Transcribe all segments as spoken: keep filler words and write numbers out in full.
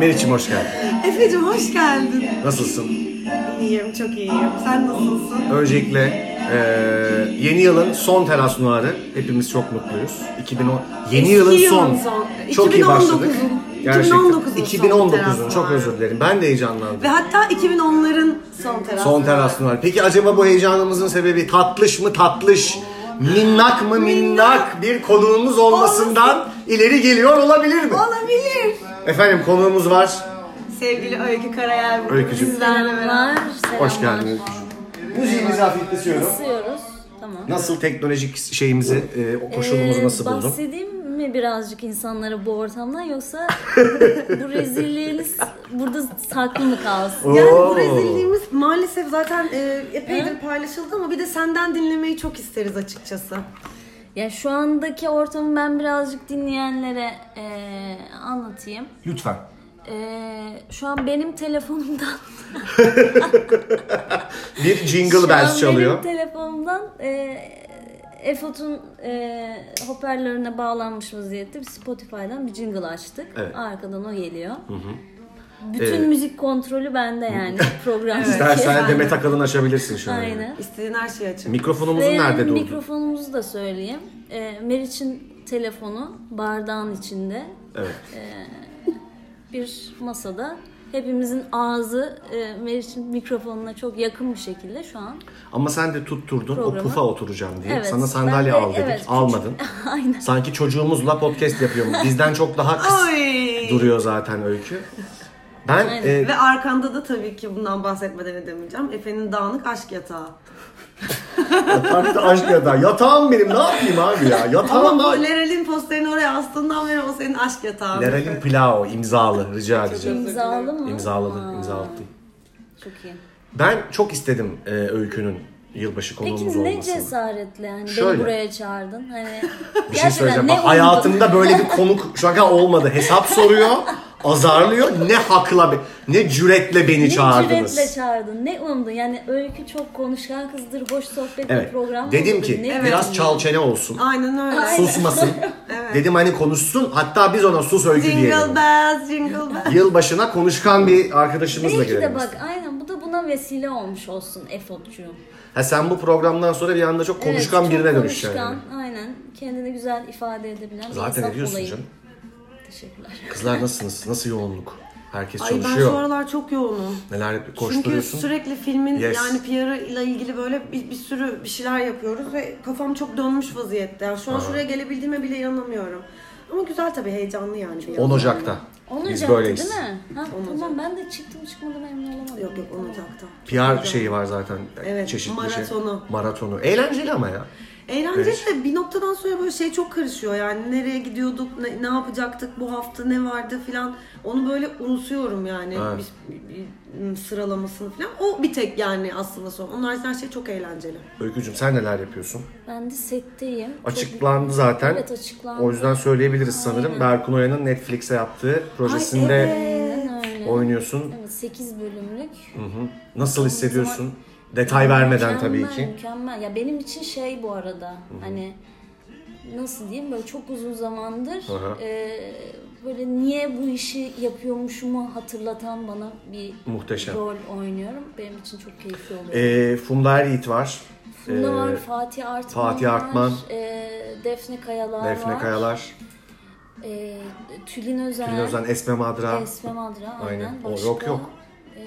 Meriç'im hoş geldin. Efe'cim hoş geldin. Nasılsın? İyiyim, çok iyiyim. Sen nasılsın? Öncelikle e, yeni yılın son Teras Noir'ı. Hepimiz çok mutluyuz. iki bin on Yeni Eski yılın yılın son. son. Çok iyi başladık. Gerçekten. iki bin on dokuzun iki bin on dokuzun son çok Teras özür dilerim. Ben de heyecanlandım. Ve hatta iki bin onların son Teras Son Teras Noir. Peki acaba bu heyecanımızın sebebi tatlış mı tatlış, minnak mı minnak bir konuğumuz olmasından ileri geliyor olabilir mi? Olabilir. Efendim konuğumuz var. Sevgili Öykü Karayel. Öykücüğüm. Bizlerle beraber. Hoş geldin Öykücüğüm. Müziğimizi hafifletiyorum. Kısıyoruz. Tamam. Nasıl teknolojik şeyimizi, e, koşulumuzu Ee, nasıl buldun? Bahsedeyim mi birazcık insanlara bu ortamdan, yoksa bu rezilliğiniz burada saklı mı kalsın? Yani Oo. bu rezilliğimiz maalesef zaten e, epeydir paylaşıldı ama bir de senden dinlemeyi çok isteriz açıkçası. Ya şu andaki ortamı ben birazcık dinleyenlere e, anlatayım. Lütfen. E, şu an benim telefonumdan Bir jingle bells çalıyor. Benim telefonumdan e, Efot'un e, hoparlörüne bağlanmış vaziyette bir Spotify'dan bir jingle açtık. Evet. Arkadan o geliyor. Hı hı. Bütün Ee, müzik kontrolü bende yani program. İstersen Demet Akalın açabilirsin şu an. Aynen. İstediğin her şeyi açık. Mikrofonumuzun Ve nerede durdu? mikrofonumuzu da söyleyeyim. E, Meriç'in telefonu bardağın içinde. Evet. E, bir masada. Hepimizin ağzı e, Meriç'in mikrofonuna çok yakın bir şekilde şu an. Ama sen de tutturdun Programı. o pufa oturacağım diye. Evet, Sana sandalye ben de- al dedik. evet, Almadın. Aynen. Sanki çocuğumuzla podcast yapıyorum. Bizden çok daha kıs Oy. duruyor zaten Öykü. Ben Aynen. e, Ve arkanda da tabii ki bundan bahsetmeden edemeyeceğim. Efe'nin dağınık aşk yatağı. yatakta aşk yatağı. Yatağım benim, ne yapayım abi ya? Yatağım Ama da... bu Leral'in posterini oraya astığından beri o senin aşk yatağın. Leral'in Plao imzalı, rica edeceğim. İmzalı mı? İmzaladı, Aa, imzalattım. Çok iyi. Ben çok istedim e, Öykü'nün yılbaşı konuğumuz Peki ne olmasını. cesaretle hani Şöyle. beni buraya çağırdın? Hani Bir şey söyleyeceğim. ne Bak, hayatımda böyle bir konuk şu an olmadı. Hesap soruyor, azarlıyor. Ne hakla, be- ne cüretle beni ne çağırdınız. cüretle çağırdın? Ne umdun? Yani Öykü çok konuşkan kızdır, boş sohbet bir Evet. program Dedim oldu. ki Ne biraz umdun? çal çene olsun. Aynen öyle. Aynen. Susmasın. Evet. Dedim hani konuşsun. Hatta biz ona sus Öykü diyelim. Jingle bells, jingle bells. Yılbaşına konuşkan bir arkadaşımızla Belki girelim. de bak aynen bu da buna vesile olmuş olsun Efot'cuğum. Ha, sen bu programdan sonra bir anda çok konuşkan Evet, birine çok dönüşeceksin. konuşkan, Yani. aynen. Kendini güzel ifade edebilen bir Zaten insan ediyorsun olayım. canım. Teşekkürler. Kızlar nasılsınız? Nasıl yoğunluk? Herkes Ay ben çalışıyor. şu aralar çok yoğunum. Neler Çünkü koşturuyorsun? sürekli filmin Yes. yani P R'ı ile ilgili böyle bir, bir sürü bir şeyler yapıyoruz ve kafam çok dönmüş vaziyette. Yani şu an Aa. şuraya gelebildiğime bile inanamıyorum. Ama güzel tabii, heyecanlı yani. Bir on yandan. Ocak'ta. on Biz Ocak'tı böyleyiz. değil mi? Ha, on tamam ben de çıktım çıkmadım emin olamadım. Yok yok on Ocak'ta. P R şeyi var zaten. Evet, Çeşitli maratonu. Şey. Maratonu. Eğlenceli ama ya. Eğlenceli Evet. de bir noktadan sonra böyle şey çok karışıyor yani nereye gidiyorduk, ne, ne yapacaktık, bu hafta ne vardı filan, onu böyle unutuyorum yani Evet. bir, bir- bir sıralamasını filan. O bir tek yani aslında son. Onun haricinde her şey çok eğlenceli. Öykücüğüm sen neler yapıyorsun? Ben de setteyim. Çok- Açıklandı zaten. Evet açıklandı. O yüzden söyleyebiliriz sanırım. Aynen. Berkun Oya'nın Netflix'e yaptığı projesinde Aynen öyle. oynuyorsun. Evet sekiz bölümlük. Hı hı. Nasıl hissediyorsun? Detay vermeden tabii Mükemmel, ki. Mükemmel. Ya benim için şey bu arada hani nasıl diyeyim böyle çok uzun zamandır Aha. e, böyle niye bu işi yapıyormuşumu hatırlatan bana bir Muhteşem. rol oynuyorum. Benim için çok keyifli oluyor. Ee, Funda Er-Yiğit var. Funda Ee, var, Fatih Artman Fatih var, Artman. e, Defne Kayalar Defne var. Kayalar. E, Tülin Özen. Tülin Özen, Esme Madra. Esme Madra. Aynen. Aynen. O Başka, yok, yok. e,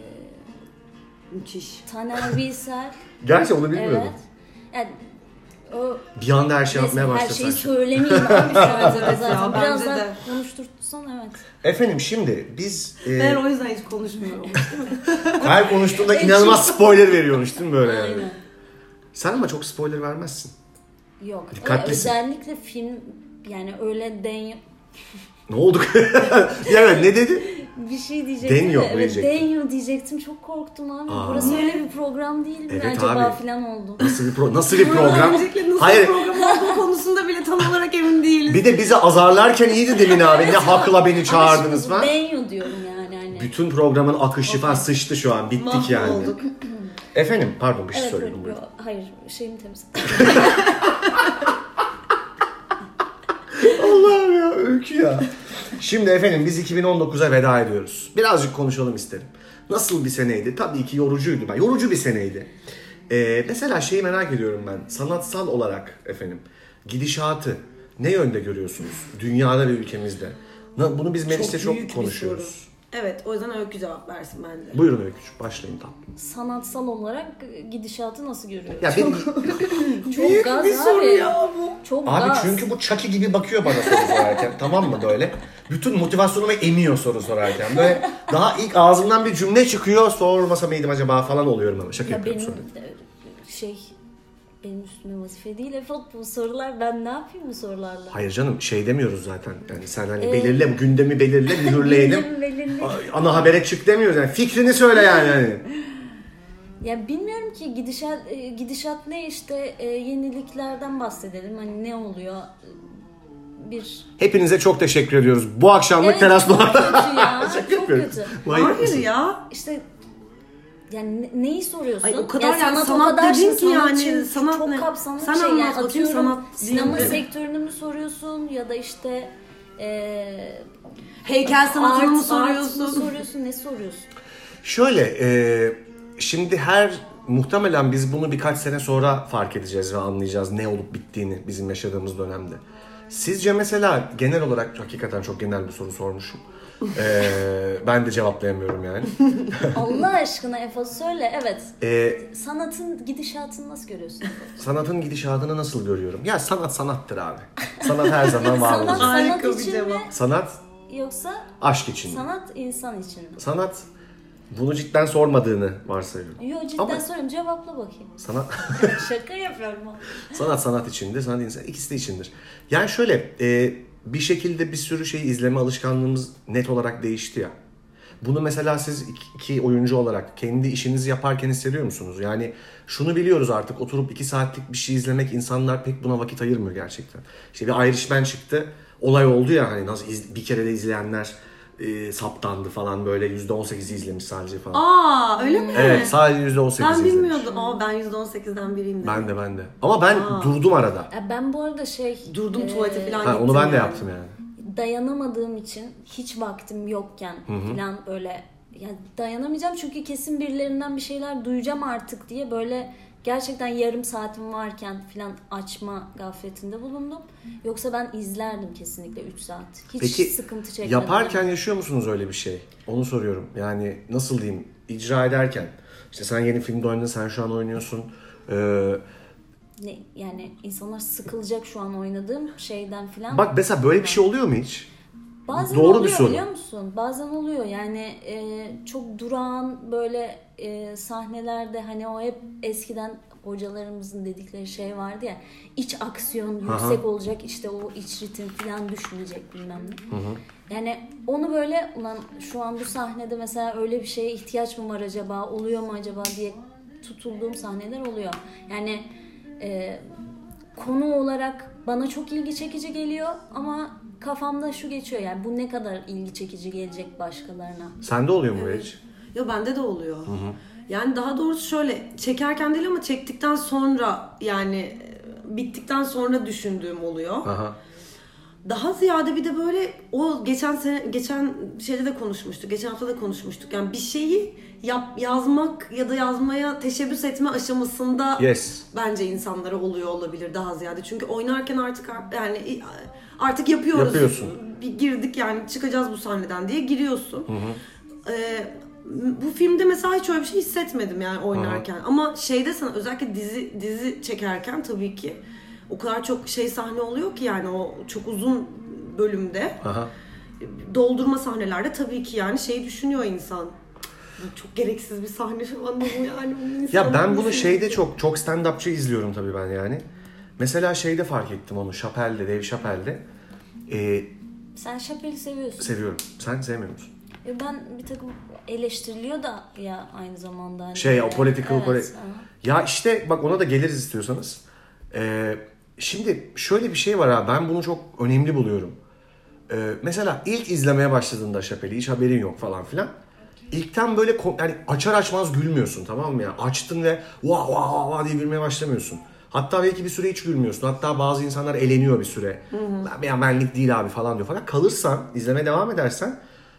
Müthiş. Taner Bilsel. Gerçi onu bilmiyordum. Evet. Yani o Bir anda her şey neyse, yapmaya her başlasan. şeyi söylemeyeyim abi şu an zaten. Ya, Biraz bence daha de. konuşturtursan evet. Efendim şimdi biz e, Ben o yüzden hiç konuşmuyorum. her konuştuğunda inanılmaz spoiler veriyormuş değil mi böyle yani? Aynen. Sen ama çok spoiler vermezsin. Yok. Dikkatlisin. Özellikle film yani öyle den Ne oldu? Evet ne dedi? bir şey diyecektim. Deniyor de, mu evet, diyecektin? deniyor diyecektim. Çok korktum abi. Aa. Burası öyle bir program değil mi Evet acaba abi. falan oldu. Nasıl bir pro nasıl bir program? Öncelikle nasıl Hayır. bir program olduğu konusunda bile tam olarak emin değiliz. Bir de bizi azarlarken iyiydi demin abi. Ne hakla beni çağırdınız Ama falan. şimdi deniyor diyorum yani. Hani. Bütün programın akışı falan sıçtı şu an. Bittik yani. Mahvolduk. Efendim pardon bir şey Evet, söyledim. evet, buyurun. yok, hayır şeyim temiz. Allah'ım ya öykü ya. Şimdi efendim biz iki bin on dokuza veda ediyoruz. Birazcık konuşalım isterim. Nasıl bir seneydi? Tabii ki yorucuydu. Ben yorucu bir seneydi. Ee, mesela şeyi merak ediyorum ben. Sanatsal olarak efendim gidişatı ne yönde görüyorsunuz? Dünyada ve ülkemizde. Na- Bunu biz Melis'le çok, büyük bir konuşuyoruz. soru. Evet, o yüzden Öykü cevap versin bence. Buyurun Öykücüğüm, başlayın tatlım. Sanatsal olarak gidişatı nasıl görüyorsun? Ya benim, Çok gaz bir soru abi. ya bu. Çok abi gaz. çünkü bu Chucky gibi bakıyor bana soru sorarken. Tamam mı böyle? Bütün motivasyonumu emiyor soru sorarken. Böyle daha ilk ağzımdan bir cümle çıkıyor, sormasa mıydım acaba falan oluyorum ama. Şaka Ya yapıyorum benim sonra. de şey benim üstüme vazife değil Efot bu sorular. Ben ne yapayım bu sorularla? Hayır canım şey demiyoruz zaten. Yani sen hani Ee, belirle, bu gündemi belirle, mühürleyelim. Gündem belirli. Ana habere çık demiyoruz yani. Fikrini söyle yani. Hani. Ya bilmiyorum ki gidişat e, gidişat ne işte e, yeniliklerden bahsedelim. Hani ne oluyor? Bir Hepinize çok teşekkür ediyoruz. Bu akşamlık Evet, teras çok duvarda. kötü ya. Şaka Çok yapıyorum. kötü. Manyak Hayır mısın? ya. İşte yani ne- neyi soruyorsun? Ay o kadar yani sanat, sanat o kadar dedin şimdi ki yani, sanat için sanat çok ne? kapsamlı Sen bir şey. anlat Yani bakayım, atıyorum sanat sinema deyince. sektörünü mü soruyorsun ya da işte e, Heykel sanatını mı art- soruyorsun? art mı soruyorsun? Ne soruyorsun? Şöyle, e, şimdi her muhtemelen biz bunu birkaç sene sonra fark edeceğiz ve anlayacağız ne olup bittiğini bizim yaşadığımız dönemde. Sizce mesela genel olarak hakikaten çok genel bir soru sormuşum. E, ben de cevaplayamıyorum yani. Allah aşkına Efo söyle. Evet. E, Sanatın gidişatını nasıl görüyorsun? sanatın gidişatını nasıl görüyorum? Ya sanat sanattır abi. Sanat her zaman var Sanat olacak. Harika sanat bir için cevap. mi Sanat yoksa aşk için mi? sanat insan için mi? Sanat bunu cidden sormadığını varsayıyorum. Yo cidden Ama- soruyorum cevapla bakayım. Sanat Şaka yapıyorum. sanat sanat içindir, sanat insan ikisi de içindir. Yani şöyle e, bir şekilde bir sürü şeyi izleme alışkanlığımız net olarak değişti ya. Bunu mesela siz iki, iki oyuncu olarak kendi işinizi yaparken hissediyor musunuz? Yani şunu biliyoruz artık oturup iki saatlik bir şey izlemek insanlar pek buna vakit ayırmıyor gerçekten. İşte bir Irishman çıktı. Olay oldu ya hani nasıl iz- bir kere de izleyenler e, saptandı falan böyle yüzde on sekizi izlemiş sadece falan. Aa öyle mi? Evet sadece yüzde on sekizi Ben izlemiş. bilmiyordum. Aa ben yüzde on sekizden biriyim dedim. Ben de ben de. Ama ben durdum arada. Ya ben bu arada şey Durdum e, tuvalete falan Ha, gittim onu ben de yani. yaptım yani. dayanamadığım için hiç vaktim yokken falan böyle yani dayanamayacağım çünkü kesin birilerinden bir şeyler duyacağım artık diye böyle gerçekten yarım saatim varken falan açma gafletinde bulundum. Yoksa ben izlerdim kesinlikle üç saat. Hiç Peki sıkıntı çekmedim. yaparken yaşıyor musunuz öyle bir şey? Onu soruyorum. Yani nasıl diyeyim? İcra ederken. İşte sen yeni filmde oynadın, sen şu an oynuyorsun. Ee, Ne, yani insanlar sıkılacak şu an oynadığım şeyden falan. bak mesela böyle bir şey oluyor mu hiç? Bazen Doğru bir oluyor soru. biliyor musun? Bazen oluyor yani e, çok durağan böyle e, sahnelerde hani o hep eskiden hocalarımızın dedikleri şey vardı ya iç aksiyon yüksek Aha. olacak işte o iç ritim falan düşmeyecek bilmem ne. Yani onu böyle ulan şu an bu sahnede mesela öyle bir şeye ihtiyaç mı var acaba oluyor mu acaba diye tutulduğum sahneler oluyor. Yani e, konu olarak bana çok ilgi çekici geliyor ama kafamda şu geçiyor yani bu ne kadar ilgi çekici gelecek başkalarına. Sende oluyor mu böyle hiç? Yo bende de oluyor. Yani daha doğrusu şöyle çekerken değil ama çektikten sonra yani e, bittikten sonra düşündüğüm oluyor. Aha. Daha ziyade bir de böyle o geçen sene geçen şeyde de konuşmuştuk. Geçen hafta da konuşmuştuk. Yani bir şeyi yap, yazmak ya da yazmaya teşebbüs etme aşamasında Yes. bence insanlara oluyor olabilir daha ziyade. Çünkü oynarken artık yani artık yapıyoruz. Yapıyorsun. Bir girdik yani çıkacağız bu sahneden diye giriyorsun. Ee, bu filmde mesela hiç öyle bir şey hissetmedim yani oynarken. Hı hı. Ama şeyde sana özellikle dizi dizi çekerken tabii ki o kadar çok şey sahne oluyor ki yani o çok uzun bölümde. Aha. Doldurma sahnelerde tabii ki yani şey düşünüyor insan. Bu çok gereksiz bir sahne falan mı bu yani? Ya ben bunu şeyde çok çok stand-upçı izliyorum tabii ben yani. Mesela şeyde fark ettim onu Chappelle'de, Dave Chappelle'de. Ee, Sen Chappelle'i seviyorsun. seviyorum. Sen sevmiyor musun? E ben bir takım eleştiriliyor da ya aynı zamanda. Hani Şey o böyle- political evet, correct. aha. Ya işte bak ona da geliriz istiyorsanız. Ee, şimdi şöyle bir şey var ha ben bunu çok önemli buluyorum. Ee, mesela ilk izlemeye başladığında Chappelle'i hiç haberin yok falan filan. İlkten böyle yani açar açmaz gülmüyorsun tamam mı ya? Açtın ve vah vah vah diye gülmeye başlamıyorsun. Hatta belki bir süre hiç gülmüyorsun. Hatta bazı insanlar eleniyor bir süre. Ben, ya benlik değil abi falan diyor. Fakat kalırsan, izlemeye devam edersen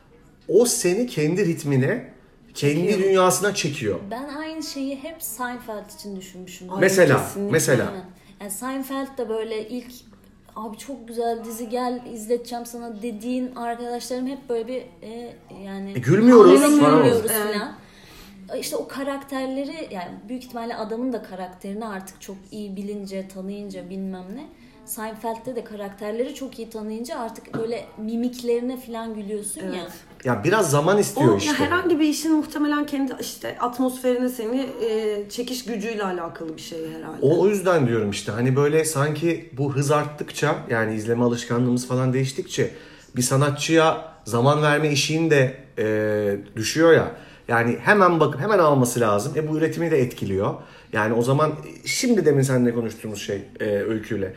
o seni kendi ritmine, kendi Çekiyor. dünyasına çekiyor. Ben aynı şeyi hep Seinfeld için düşünmüşüm. Ay, Mesela, kesinlikle. mesela. Aynen. Yani Seinfeld de böyle ilk abi çok güzel dizi gel izleteceğim sana dediğin arkadaşlarım hep böyle bir e, yani E, gülmüyoruz ağlamak falan. gülmüyoruz Evet. falan. İşte o karakterleri yani büyük ihtimalle adamın da karakterini artık çok iyi bilince, tanıyınca bilmem ne. Seinfeld'de de karakterleri çok iyi tanıyınca artık böyle mimiklerine falan gülüyorsun ya. Evet. Ya biraz zaman istiyor O işte. ya herhangi bir işin muhtemelen kendi işte atmosferine seni e, çekiş gücüyle alakalı bir şey herhalde. O, o yüzden diyorum işte hani böyle sanki bu hız arttıkça yani izleme alışkanlığımız falan değiştikçe bir sanatçıya zaman verme işin de e, düşüyor ya. Yani hemen bakıp hemen alması lazım. E bu üretimi de etkiliyor. Yani o zaman şimdi demin seninle konuştuğumuz şey e, Öykü'yle.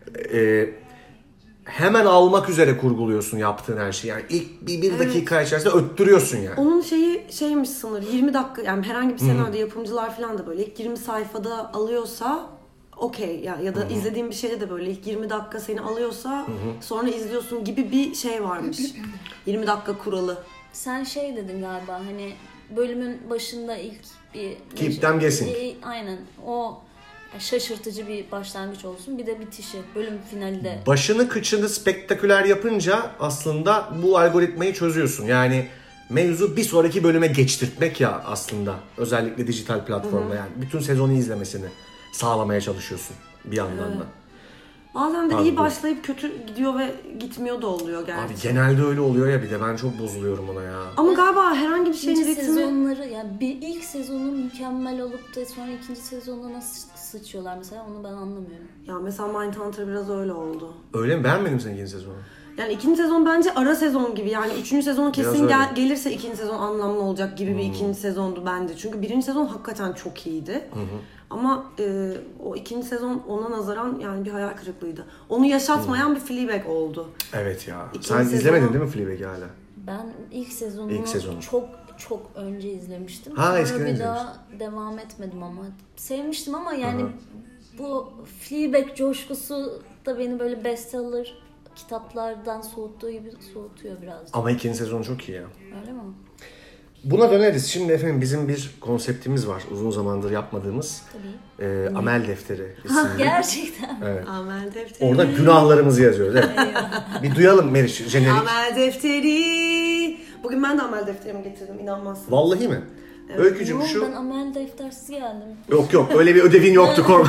E, hemen almak üzere kurguluyorsun yaptığın her şeyi. Yani ilk bir, bir Evet. dakika içerisinde öttürüyorsun yani. Onun şeyi şeymiş sınır yirmi dakika yani herhangi bir senaryo yapımcılar falan da böyle ilk yirmi sayfada alıyorsa okey ya ya da Hı-hı. izlediğin bir şeyde de böyle ilk yirmi dakika seni alıyorsa Hı-hı. sonra izliyorsun gibi bir şey varmış. yirmi dakika kuralı. Sen şey dedin galiba hani bölümün başında ilk bir... Keep them guessing. E, aynen o şaşırtıcı bir başlangıç olsun bir de bitişi bölüm finalde. Başını kıçını spektaküler yapınca aslında bu algoritmayı çözüyorsun. Yani mevzu bir sonraki bölüme geçtirtmek ya aslında. Özellikle dijital platformda yani. Bütün sezonu izlemesini sağlamaya çalışıyorsun bir yandan da. Bazen de Abi iyi bu- başlayıp kötü gidiyor ve gitmiyor da oluyor gerçi. Abi genelde öyle oluyor ya bir de ben çok bozuluyorum ona ya. Ama galiba herhangi bir şeyin İkinci ritmi... sezonları yani bir ilk sezonu mükemmel olup da sonra ikinci sezonda nasıl sıçıyorlar mesela onu ben anlamıyorum. Ya mesela Mindhunter biraz öyle oldu. Öyle mi? Beğenmedin sen ikinci sezonu? Yani ikinci sezon bence ara sezon gibi yani üçüncü sezon Biraz kesin öyle. gel- gelirse ikinci sezon anlamlı olacak gibi bir ikinci sezondu bence. Çünkü birinci sezon hakikaten çok iyiydi. Ama e, o ikinci sezon ona nazaran yani bir hayal kırıklığıydı. Onu yaşatmayan bir Fleabag oldu. Evet ya. İkinci sen sezonu- izlemedin değil mi Fleabag'i hala? Ben ilk sezonunu, İlk sezonu. çok çok önce izlemiştim. Ha, Sonra eskiden bir daha devam etmedim ama sevmiştim ama yani bu Fleabag coşkusu da beni böyle bestseller kitaplardan soğuttuğu gibi soğutuyor birazcık. Ama ikinci sezonu çok iyi ya. Öyle mi? Buna döneriz. Şimdi efendim bizim bir konseptimiz var. Uzun zamandır yapmadığımız. Tabii. E, Amel Defteri isimli. Gerçekten. Evet. Amel defteri. Orada günahlarımızı yazıyoruz. Evet. Bir duyalım Meriç. Jenerik. Amel defteri. Bugün ben de amel defterimi getirdim inanmazsın. Vallahi mi? Öykücüm Oğlum, şu... Ben amel deftersiz geldim. Yok yok öyle bir ödevin yoktu korkma.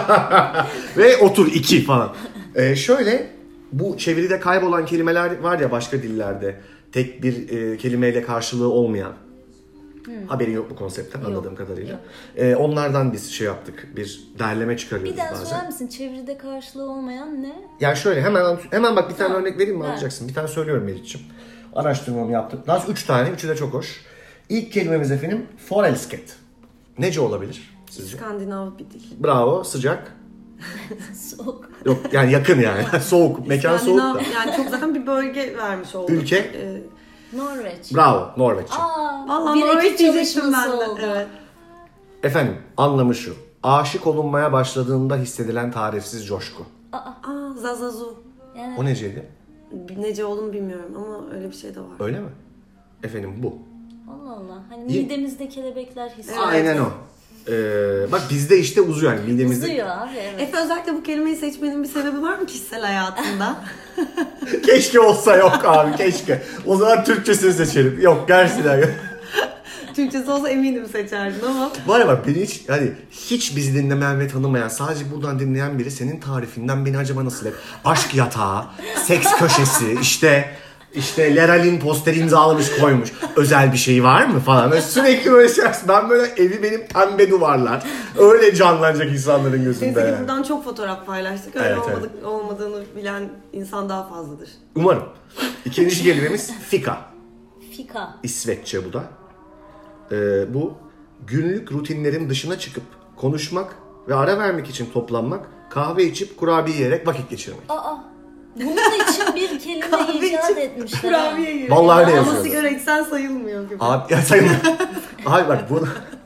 Ve otur iki falan. Ee, şöyle bu çeviride kaybolan kelimeler var ya başka dillerde. Tek bir e, kelimeyle karşılığı olmayan. Haberin yok bu konseptten anladığım kadarıyla. yok. Ee, onlardan biz şey yaptık. Bir derleme çıkarıyoruz Bir daha bazen. söyler misin? Çeviride karşılığı olmayan ne? Yani şöyle hemen hemen bak bir tane Ha, örnek vereyim mi ver. alacaksın. Bir tane söylüyorum Meriç'ciğim. Araştırmamı yaptım. Daha üç tane. Üçü de çok hoş. İlk kelimemiz efendim forelsket. Nece olabilir sizce? İskandinav bir dil. Bravo. Sıcak. Soğuk. Yok yani yakın yani. Soğuk. Mekan soğuk İskandinav da. yani çok zaten bir bölge vermiş oldu. Ülke? Ee, Norveç. Bravo. Norveççe. Aa, Vallahi bir Norveç ekip diyecektim çalışması ben de. oldu. Evet. Efendim anlamı şu. Aşık olunmaya başladığında hissedilen tarifsiz coşku. Aa, Zazazu. Yani O neceydi? Nece olduğunu bilmiyorum ama öyle bir şey de var. Öyle mi? Efendim bu. Allah Allah. Hani İyi. midemizde kelebekler hissediyor. Aynen o. Ee, bak bizde işte uzuyor yani midemizde. Uzuyor abi evet. Efe özellikle bu kelimeyi seçmenin bir sebebi var mı kişisel hayatında? Keşke olsa yok abi keşke. O zaman Türkçesini seçelim. Yok gerçekten yok. Türkçesi olsa eminim seçerdin ama. Var ya bak beni hiç hani hiç bizi dinlemeyen ve tanımayan sadece buradan dinleyen biri senin tarifinden beni acaba nasıl hep aşk yatağı, seks köşesi işte işte Leral'in posteri imzalamış koymuş özel bir şey var mı falan böyle sürekli böyle şey ben böyle evi benim pembe duvarlar öyle canlanacak insanların gözünde. Neyse ki Yani. buradan çok fotoğraf paylaştık. Öyle Evet, olmadık, olmadığını bilen insan daha fazladır. Umarım. İkinci kelimemiz fika. Fika. İsveççe bu da. Ee, bu günlük rutinlerin dışına çıkıp konuşmak ve ara vermek için toplanmak, kahve içip kurabiye yiyerek vakit geçirmek. Aa. Bunun için bir kelime Kahve icat içip etmişler. Kurabiye ha. yiyor. Vallahi öyle Ama yazıyor. sigara içsen sayılmıyor gibi. Abi ya sayın. Abi bak bunu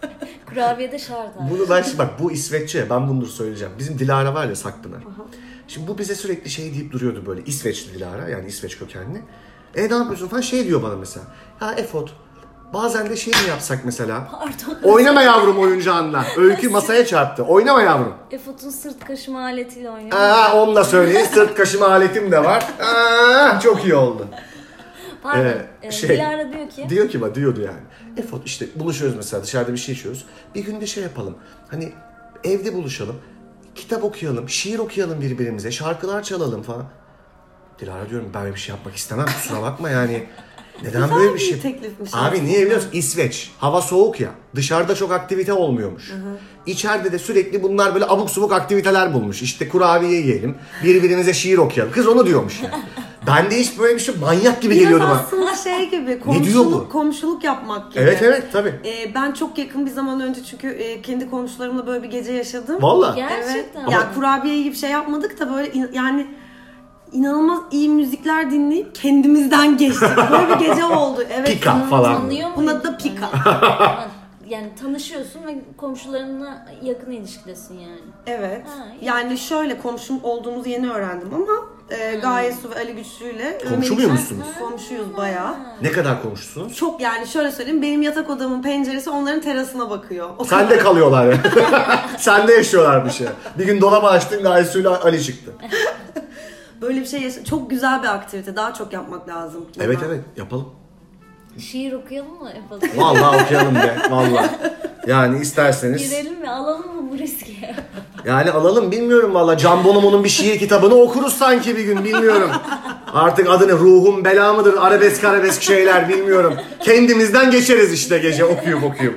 Kurabiye de şart abi. Bunu ben şimdi bak bu İsveççe ben bunu söyleyeceğim. Bizim Dilara var ya Sakpınar. Şimdi bu bize sürekli şey deyip duruyordu böyle. İsveçli Dilara yani İsveç kökenli. E ne yapıyorsun falan şey diyor bana mesela. Ya Efot bazen de şey mi yapsak mesela? Pardon. Oynama yavrum oyuncağınla. Öykü masaya çarptı. Oynama yavrum. Efot'un sırt kaşıma aletiyle oynuyor. Aa, onu da söyleyeyim. Sırt kaşıma aletim de var. Aa, çok iyi oldu. Pardon. Ee, Ee, şey, Dilara diyor ki. Diyor ki bak diyordu yani. Efot işte buluşuyoruz mesela dışarıda bir şey içiyoruz. Bir günde şey yapalım. Hani evde buluşalım. Kitap okuyalım. Şiir okuyalım birbirimize. Şarkılar çalalım falan. Dilara diyorum ben böyle bir şey yapmak istemem. Kusura bakma yani. Neden böyle bir şey? Teklifmiş Abi aslında. niye biliyor musun? İsveç. Hava soğuk ya. Dışarıda çok aktivite olmuyormuş. Hı hı. İçeride de sürekli bunlar böyle abuk subuk aktiviteler bulmuş. İşte kurabiye yiyelim. Birbirimize şiir okuyalım. Kız onu diyormuş yani. Ben de hiç böyle bir şey manyak gibi Biraz geliyordu bana. aslında şey gibi diyor bu? komşuluk, komşuluk yapmak gibi. Evet evet tabii. Ee, ben çok yakın bir zaman önce çünkü e, kendi komşularımla böyle bir gece yaşadım. Valla. Gerçekten. Evet. Ya kurabiye gibi şey yapmadık da böyle in- yani inanılmaz iyi müzikler dinleyip kendimizden geçtik. Böyle bir gece oldu. Evet. Pika inanılmaz. falan. Tanıyor Bunun muydun? adı da Pika. Yani tanışıyorsun ve komşularınla yakın ilişkidesin yani. Evet. Ha, iyi. Yani şöyle komşum olduğumuzu yeni öğrendim ama e, Gaye Su ve Ali Güçlü'yle Komşu muymuşsunuz? Komşuyuz bayağı. Ne kadar komşusunuz? Çok yani şöyle söyleyeyim benim yatak odamın penceresi onların terasına bakıyor. O Sende kadar. kalıyorlar ya. Sende yaşıyorlarmış ya. Bir gün dolabı açtın Gaysu'yla Ali çıktı. Böyle bir şey yaşa- çok güzel bir aktivite. Daha çok yapmak lazım. Evet bundan. evet yapalım. Şiir okuyalım mı? Yapalım. Vallahi okuyalım be. Vallahi. Yani isterseniz. Girelim mi? Alalım mı bu riski? Yani alalım bilmiyorum valla. Can Bonomo'nun bir şiir kitabını okuruz sanki bir gün bilmiyorum. Artık adını ruhum bela mıdır arabesk arabesk şeyler bilmiyorum. Kendimizden geçeriz işte gece okuyup okuyup.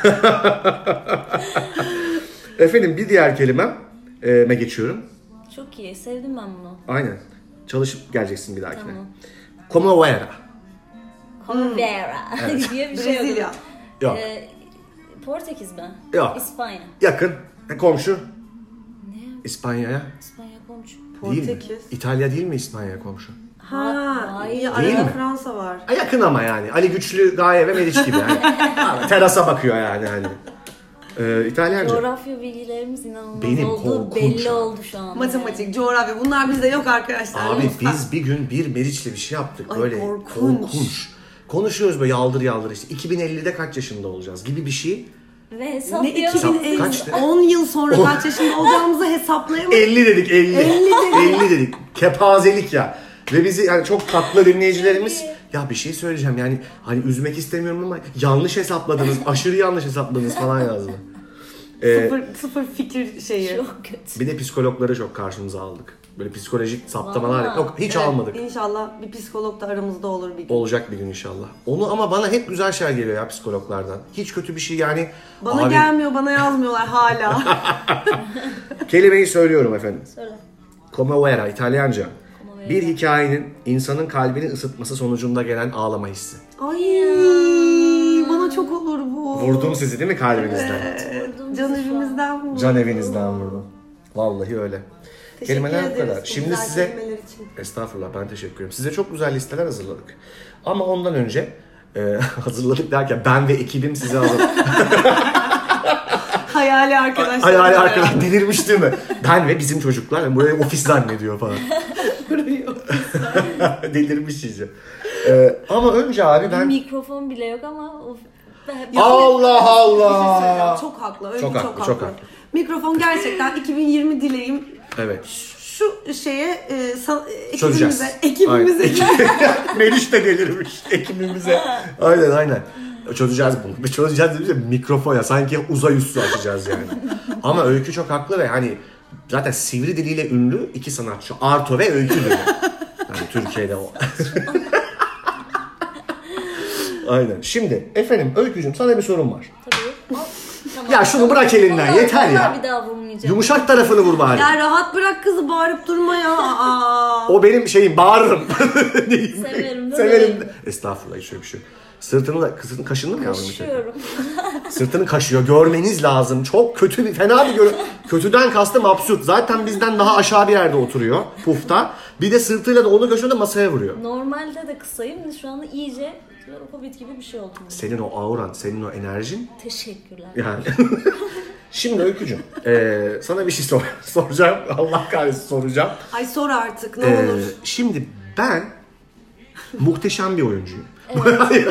Efendim bir diğer kelimeme geçiyorum. Çok iyi. Sevdim ben bunu. Aynen. Çalışıp geleceksin bir dahakine. Tamam. Comovera. Convera diye bir şey Brezilya. oldu. Yok. Ee, Portekiz mi? Yok. İspanya. Yakın. E, komşu. Ne? İspanya'ya. İspanya komşu. Değil mi? Portekiz. İtalya değil mi İspanya komşu? Ha, Hayır. iyi Değil arada mi? Fransa var. Ha, yakın ama yani. Ali Güçlü, Gaye ve Meriç gibi. Yani. Ama terasa bakıyor yani. Hani. Ee, İtalyanca. Coğrafya bilgilerimiz inanılmaz Benim oldu. korkunç Belli ya. oldu şu an. Matematik, coğrafya bunlar bizde yok arkadaşlar. Abi lütfen. biz bir gün bir Meriç'le bir şey yaptık. Ay, Böyle korkunç. korkunç. Konuşuyoruz böyle yaldır yaldır işte. iki bin ellide kaç yaşında olacağız gibi bir şey. Ve Ne hesaplayalım. Hesap- iki bin elli kaçtı? on yıl sonra kaç yaşında olacağımızı hesaplayamadık. elli dedik elli. elli dedik. elli dedik. Kepazelik ya. Ve bizi yani çok tatlı dinleyicilerimiz ya bir şey söyleyeceğim yani hani üzmek istemiyorum ama yanlış hesapladınız, aşırı yanlış hesapladınız falan yazdı. Ee, Sıfır, sıfır fikir şeyi. Çok kötü. bir de psikologları çok karşımıza aldık. Böyle psikolojik saptamalar Vallahi. yok hiç Evet, almadık. İnşallah bir psikolog da aramızda olur bir gün. Olacak bir gün inşallah. Onu ama bana hep güzel şeyler geliyor ya psikologlardan. Hiç kötü bir şey yani. Bana Abi, gelmiyor, bana yazmıyorlar hala. kelimeyi söylüyorum efendim. Söyle. Comovera, İtalyanca. Comovera. Bir hikayenin insanın kalbini ısıtması sonucunda gelen ağlama hissi. Ay bana çok olur bu. Vurdum sizi değil mi kalbinizden? Evet, Vurdum Can sizi şu an. evimizden vurdum. Can evinizden vurdum. Vallahi öyle. Teşekkür Kelimeler bu ederiz kadar. bu Şimdi güzel size kelimeler için. estağfurullah ben teşekkür ederim. Size çok güzel listeler hazırladık. Ama ondan önce e, hazırladık derken ben ve ekibim size hazırladık. Hayali arkadaşlar. Hayali arkadaş delirmiş değil mi? Ben ve bizim çocuklar yani burayı ofis zannediyor falan. Delirmiş iyice. E, ama önce abi Bir ben... mikrofon bile yok ama of, ben- Allah Bir şey Allah! söyleyeceğim, çok haklı. Öykü Çok çok, haklı, haklı. çok haklı. Mikrofon gerçekten iki bin yirmi dileğim Evet. şu şeye e, sa- Çözeceğiz. ekibimize, ekibimize Aynen. Meriç de delirmiş ekibimize. Aynen aynen. Çözeceğiz bunu. Çözeceğiz dediğimizde mikrofon ya. Sanki uzay üssü açacağız yani. Ama Öykü çok haklı ve hani zaten sivri diliyle ünlü iki sanatçı. Arto ve Öykü dedi. Yani Türkiye'de o. Aynen. Şimdi efendim Öykücüğüm sana bir sorum var. Tabii. Al, tamam. Ya şunu bırak elinden, Vallahi- yeter ya. vallahi bir daha vurmayacağım. Yumuşak tarafını vur bari. Ya rahat bırak kızı, bağırıp durma ya. Aa. O benim şeyim, bağırırım. Severim de Severim severim. de. Estağfurullah hiç öyle bir şey yok. Sırtını da, kızın kaşındı mı yavrum? bir kere? Kaşıyorum. Sırtını kaşıyor. Görmeniz lazım. Çok kötü bir, fena bir görüntü. Kötüden kastım absürt. Zaten bizden daha aşağı bir yerde oturuyor pufta. Bir de sırtıyla da onu kaşıyor da masaya vuruyor. Normalde de kısayım. Şu anda iyice Hobbit gibi bir şey oldum. Senin o auran, senin o enerjin. Teşekkürler. Yani. Şimdi Öykücüğüm, e, sana bir şey sor, soracağım. Allah kahretsin soracağım. Ay sor artık ne Ee, olur. Şimdi ben muhteşem bir oyuncuyum. Evet.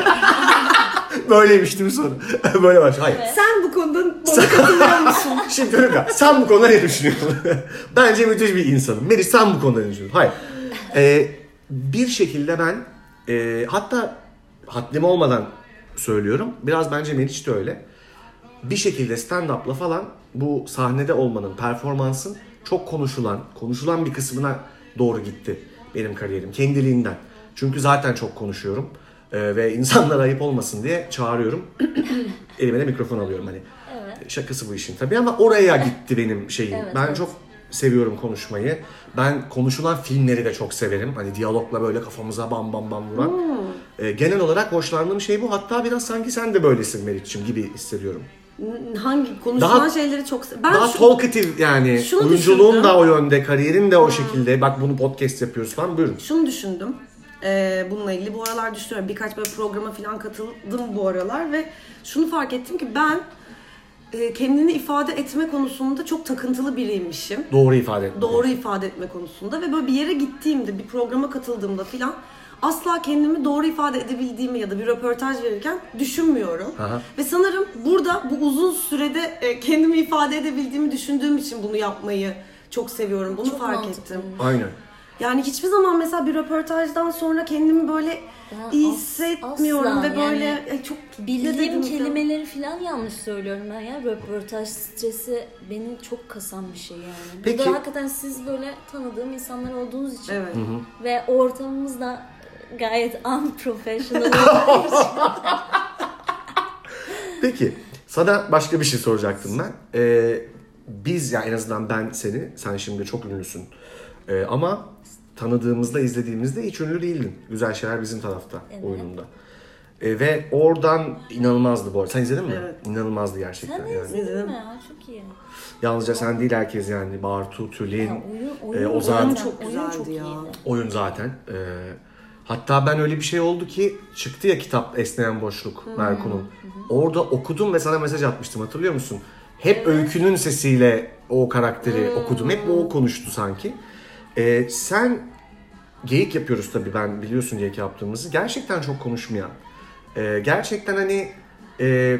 Böyleymiş değil mi soru? Böyle baş. Hayır. Evet. Sen bu konuda bana katılıyor musun? Şimdi Öykü, sen bu konuda ne düşünüyorsun? Bence müthiş bir insanım. Meriç sen bu konuda ne düşünüyorsun? Hayır. Ee, bir şekilde ben e, hatta haddim olmadan söylüyorum. Biraz bence Meriç de öyle. Bir şekilde stand-up'la falan bu sahnede olmanın, performansın çok konuşulan, konuşulan bir kısmına doğru gitti benim kariyerim. Kendiliğinden. Çünkü zaten çok konuşuyorum. Ee, ve insanlara ayıp olmasın diye çağırıyorum. Elime de mikrofon alıyorum hani. Evet. Şakası bu işin tabii ama oraya gitti benim şeyim. Evet, ben evet. çok seviyorum konuşmayı. Ben konuşulan filmleri de çok severim. Hani diyalogla böyle kafamıza bam bam bam vuran. Hmm. Ee, genel olarak hoşlandığım şey bu. Hatta biraz sanki sen de böylesin Meriç'ciğim gibi hissediyorum. Hangi konuşulan Daha- şeyleri çok se- ben Daha şu- talkative yani. Şunu Oyunculuğun düşündüm. da o yönde, kariyerin de o şekilde. Bak bunu podcast yapıyoruz falan buyurun. şunu düşündüm. Ee, bununla ilgili bu aralar düşünüyorum. Birkaç böyle programa falan katıldım bu aralar ve şunu fark ettim ki ben e, kendini ifade etme konusunda çok takıntılı biriymişim. Doğru ifade etmek. Doğru ifade etme konusunda ve böyle bir yere gittiğimde, bir programa katıldığımda filan asla kendimi doğru ifade edebildiğimi ya da bir röportaj verirken düşünmüyorum. Aha. Ve sanırım burada bu uzun sürede e, kendimi ifade edebildiğimi düşündüğüm için bunu yapmayı çok seviyorum. Bunu Çok fark mantıklı. ettim. Aynen. Yani hiçbir zaman mesela bir röportajdan sonra kendimi böyle Ben iyi as- hissetmiyorum asla ve böyle yani e, çok ne Bildiğim dedim ya? kelimeleri falan yanlış söylüyorum ben ya. Röportaj stresi beni çok kasan bir şey yani. Peki- Burada hakikaten siz böyle tanıdığım insanlar olduğunuz için Evet. ve ortamımız da gayet unprofessional olduğu için. Peki sana başka bir şey soracaktım ben. Ee, biz ya en azından ben seni, sen şimdi çok ünlüsün. Ee, ama tanıdığımızda, izlediğimizde hiç ünlü değildin. Güzel Şeyler Bizim Tarafta Evet. oyununda. Ee, ve oradan inanılmazdı bu arada. Sen izledin mi? Evet. İnanılmazdı gerçekten Sen de yani. izledin İzledim. mi ya? Çok iyi. Yalnızca sen değil herkes yani. Bartu, Tülin, Ya oyun, oyun, e, Ozan. oyun çok oyun güzeldi çok ya. iyiydi. Oyun zaten. Ee, hatta ben öyle bir şey oldu ki çıktı ya kitap Esneyen Boşluk Merkun'un. Orada okudum ve sana mesaj atmıştım hatırlıyor musun? Hep Evet. Öykü'nün sesiyle o karakteri okudum. Hep o konuştu sanki. Ee, sen geyik yapıyoruz tabii ben biliyorsun geyik yaptığımızı. Gerçekten çok konuşmayan. Ee, gerçekten hani e,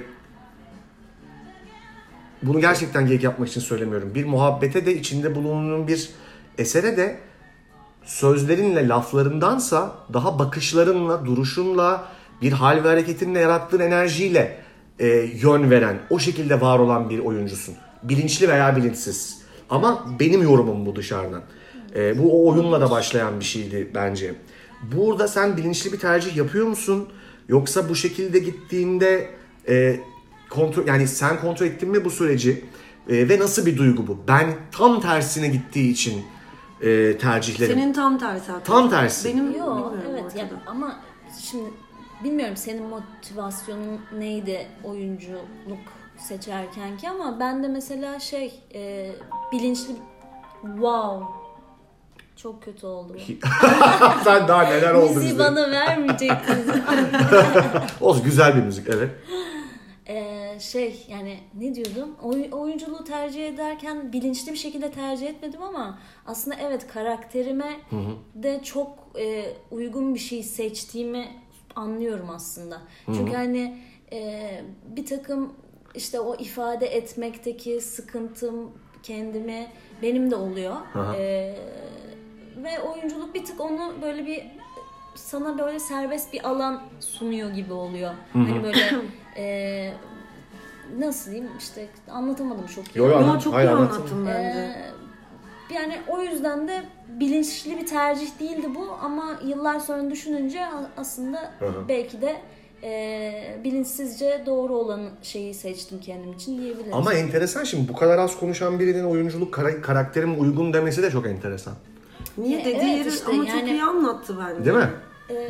bunu gerçekten geyik yapmak için söylemiyorum. Bir muhabbete de içinde bulunduğun bir esere de sözlerinle, laflarındansa daha bakışlarınla, duruşunla, bir hal ve hareketinle yarattığın enerjiyle e, yön veren, o şekilde var olan bir oyuncusun. Bilinçli veya bilinçsiz. Ama benim yorumum bu dışarıdan. E, bu o oyunla da başlayan bir şeydi bence. Burada sen bilinçli bir tercih yapıyor musun? Yoksa bu şekilde gittiğinde e, kontrol, yani sen kontrol ettin mi bu süreci? E, ve nasıl bir duygu bu? Ben tam tersine gittiği için e, tercihlerim. Senin tam tersi hatta. Tam tersi. Benim Yok bilmiyorum evet ortada. yani ama şimdi bilmiyorum senin motivasyonun neydi oyunculuk seçerken ki ama ben de mesela şey e, bilinçli wow çok kötü oldu bu. Sen daha neler oldu Müziği bize. bana vermeyecektiniz. Olsun güzel bir müzik evet. Ee, şey yani ne diyordum? Oy, oyunculuğu tercih ederken bilinçli bir şekilde tercih etmedim ama aslında evet karakterime de çok e, uygun bir şey seçtiğimi anlıyorum aslında. Çünkü hani e, bir takım işte o ifade etmekteki sıkıntım kendimi benim de oluyor. Aha. E, ve oyunculuk bir tık onu böyle bir sana böyle serbest bir alan sunuyor gibi oluyor. Hani böyle e, nasıl diyeyim işte anlatamadım çok iyi. Yo, yo, Yo, anlat- çok hayır, iyi anlatsana. anlattın bence. Ee, yani o yüzden de bilinçli bir tercih değildi bu ama yıllar sonra düşününce a- aslında Hı hı. belki de e, bilinçsizce doğru olan şeyi seçtim kendim için diyebilirim. Ama enteresan şimdi bu kadar az konuşan birinin oyunculuk kara- karakterime uygun demesi de çok enteresan. Niye E, dediği evet yeri işte ama çok yani- iyi anlattı bence. Değil mi? Ee,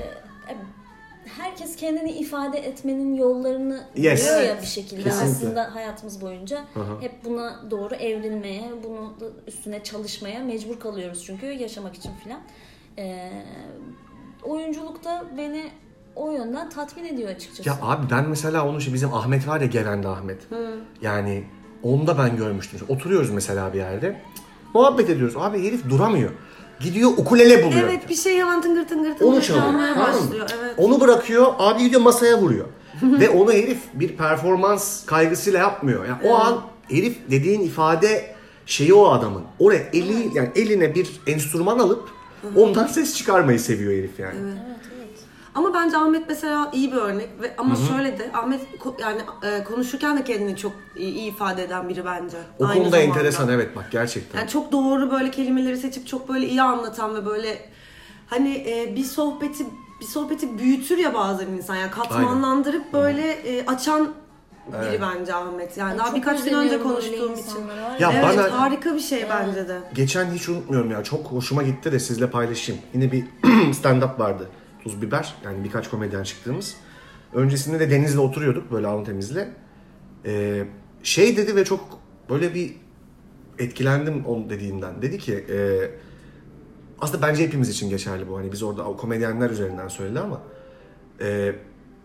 herkes kendini ifade etmenin yollarını Yes. buluyor ya Evet, bir şekilde kesinlikle. aslında hayatımız boyunca Hı hı. hep buna doğru evrilmeye, bunu da üstüne çalışmaya mecbur kalıyoruz çünkü yaşamak için filan. Ee, oyunculukta beni o yönden tatmin ediyor açıkçası. Ya abi ben mesela onun şey bizim Ahmet var ya Gelen'de Ahmet. Hı. Yani onu da ben görmüştüm. Oturuyoruz mesela bir yerde. Muhabbet ediyoruz. Abi herif duramıyor. Gidiyor ukulele buluyor. Evet bir şey yalan tıngır tıngır tıngır. Onu çalıyor. başlıyor. Evet. Onu bırakıyor. Abi gidiyor masaya vuruyor. Ve onu herif bir performans kaygısıyla yapmıyor. Yani o an herif dediğin ifade şeyi o adamın. Oraya eli yani eline bir enstrüman alıp ondan ses çıkarmayı seviyor herif yani. Evet. Ama bence Ahmet mesela iyi bir örnek ve ama Hı-hı. şöyle de Ahmet yani e, konuşurken de kendini çok iyi, iyi ifade eden biri bence. O Aynı konuda zamanda. enteresan evet bak gerçekten. Yani çok doğru böyle kelimeleri seçip çok böyle iyi anlatan ve böyle hani e, bir sohbeti bir sohbeti büyütür ya bazen insan yani katmanlandırıp Aynen. böyle e, açan biri evet. bence Ahmet. Yani, yani daha birkaç gün önce konuştuğum için. Ya evet bana, harika bir şey evet. bence de. Geçen hiç unutmuyorum ya çok hoşuma gitti de sizle paylaşayım. Yine bir stand-up vardı. Tuz biber yani birkaç komedyen çıktığımız. Öncesinde de Deniz'le oturuyorduk böyle alın temizle. Ee, şey dedi ve çok böyle bir etkilendim onun dediğinden. Dedi ki e, aslında bence hepimiz için geçerli bu. Hani biz orada o komedyenler üzerinden söyledi ama e,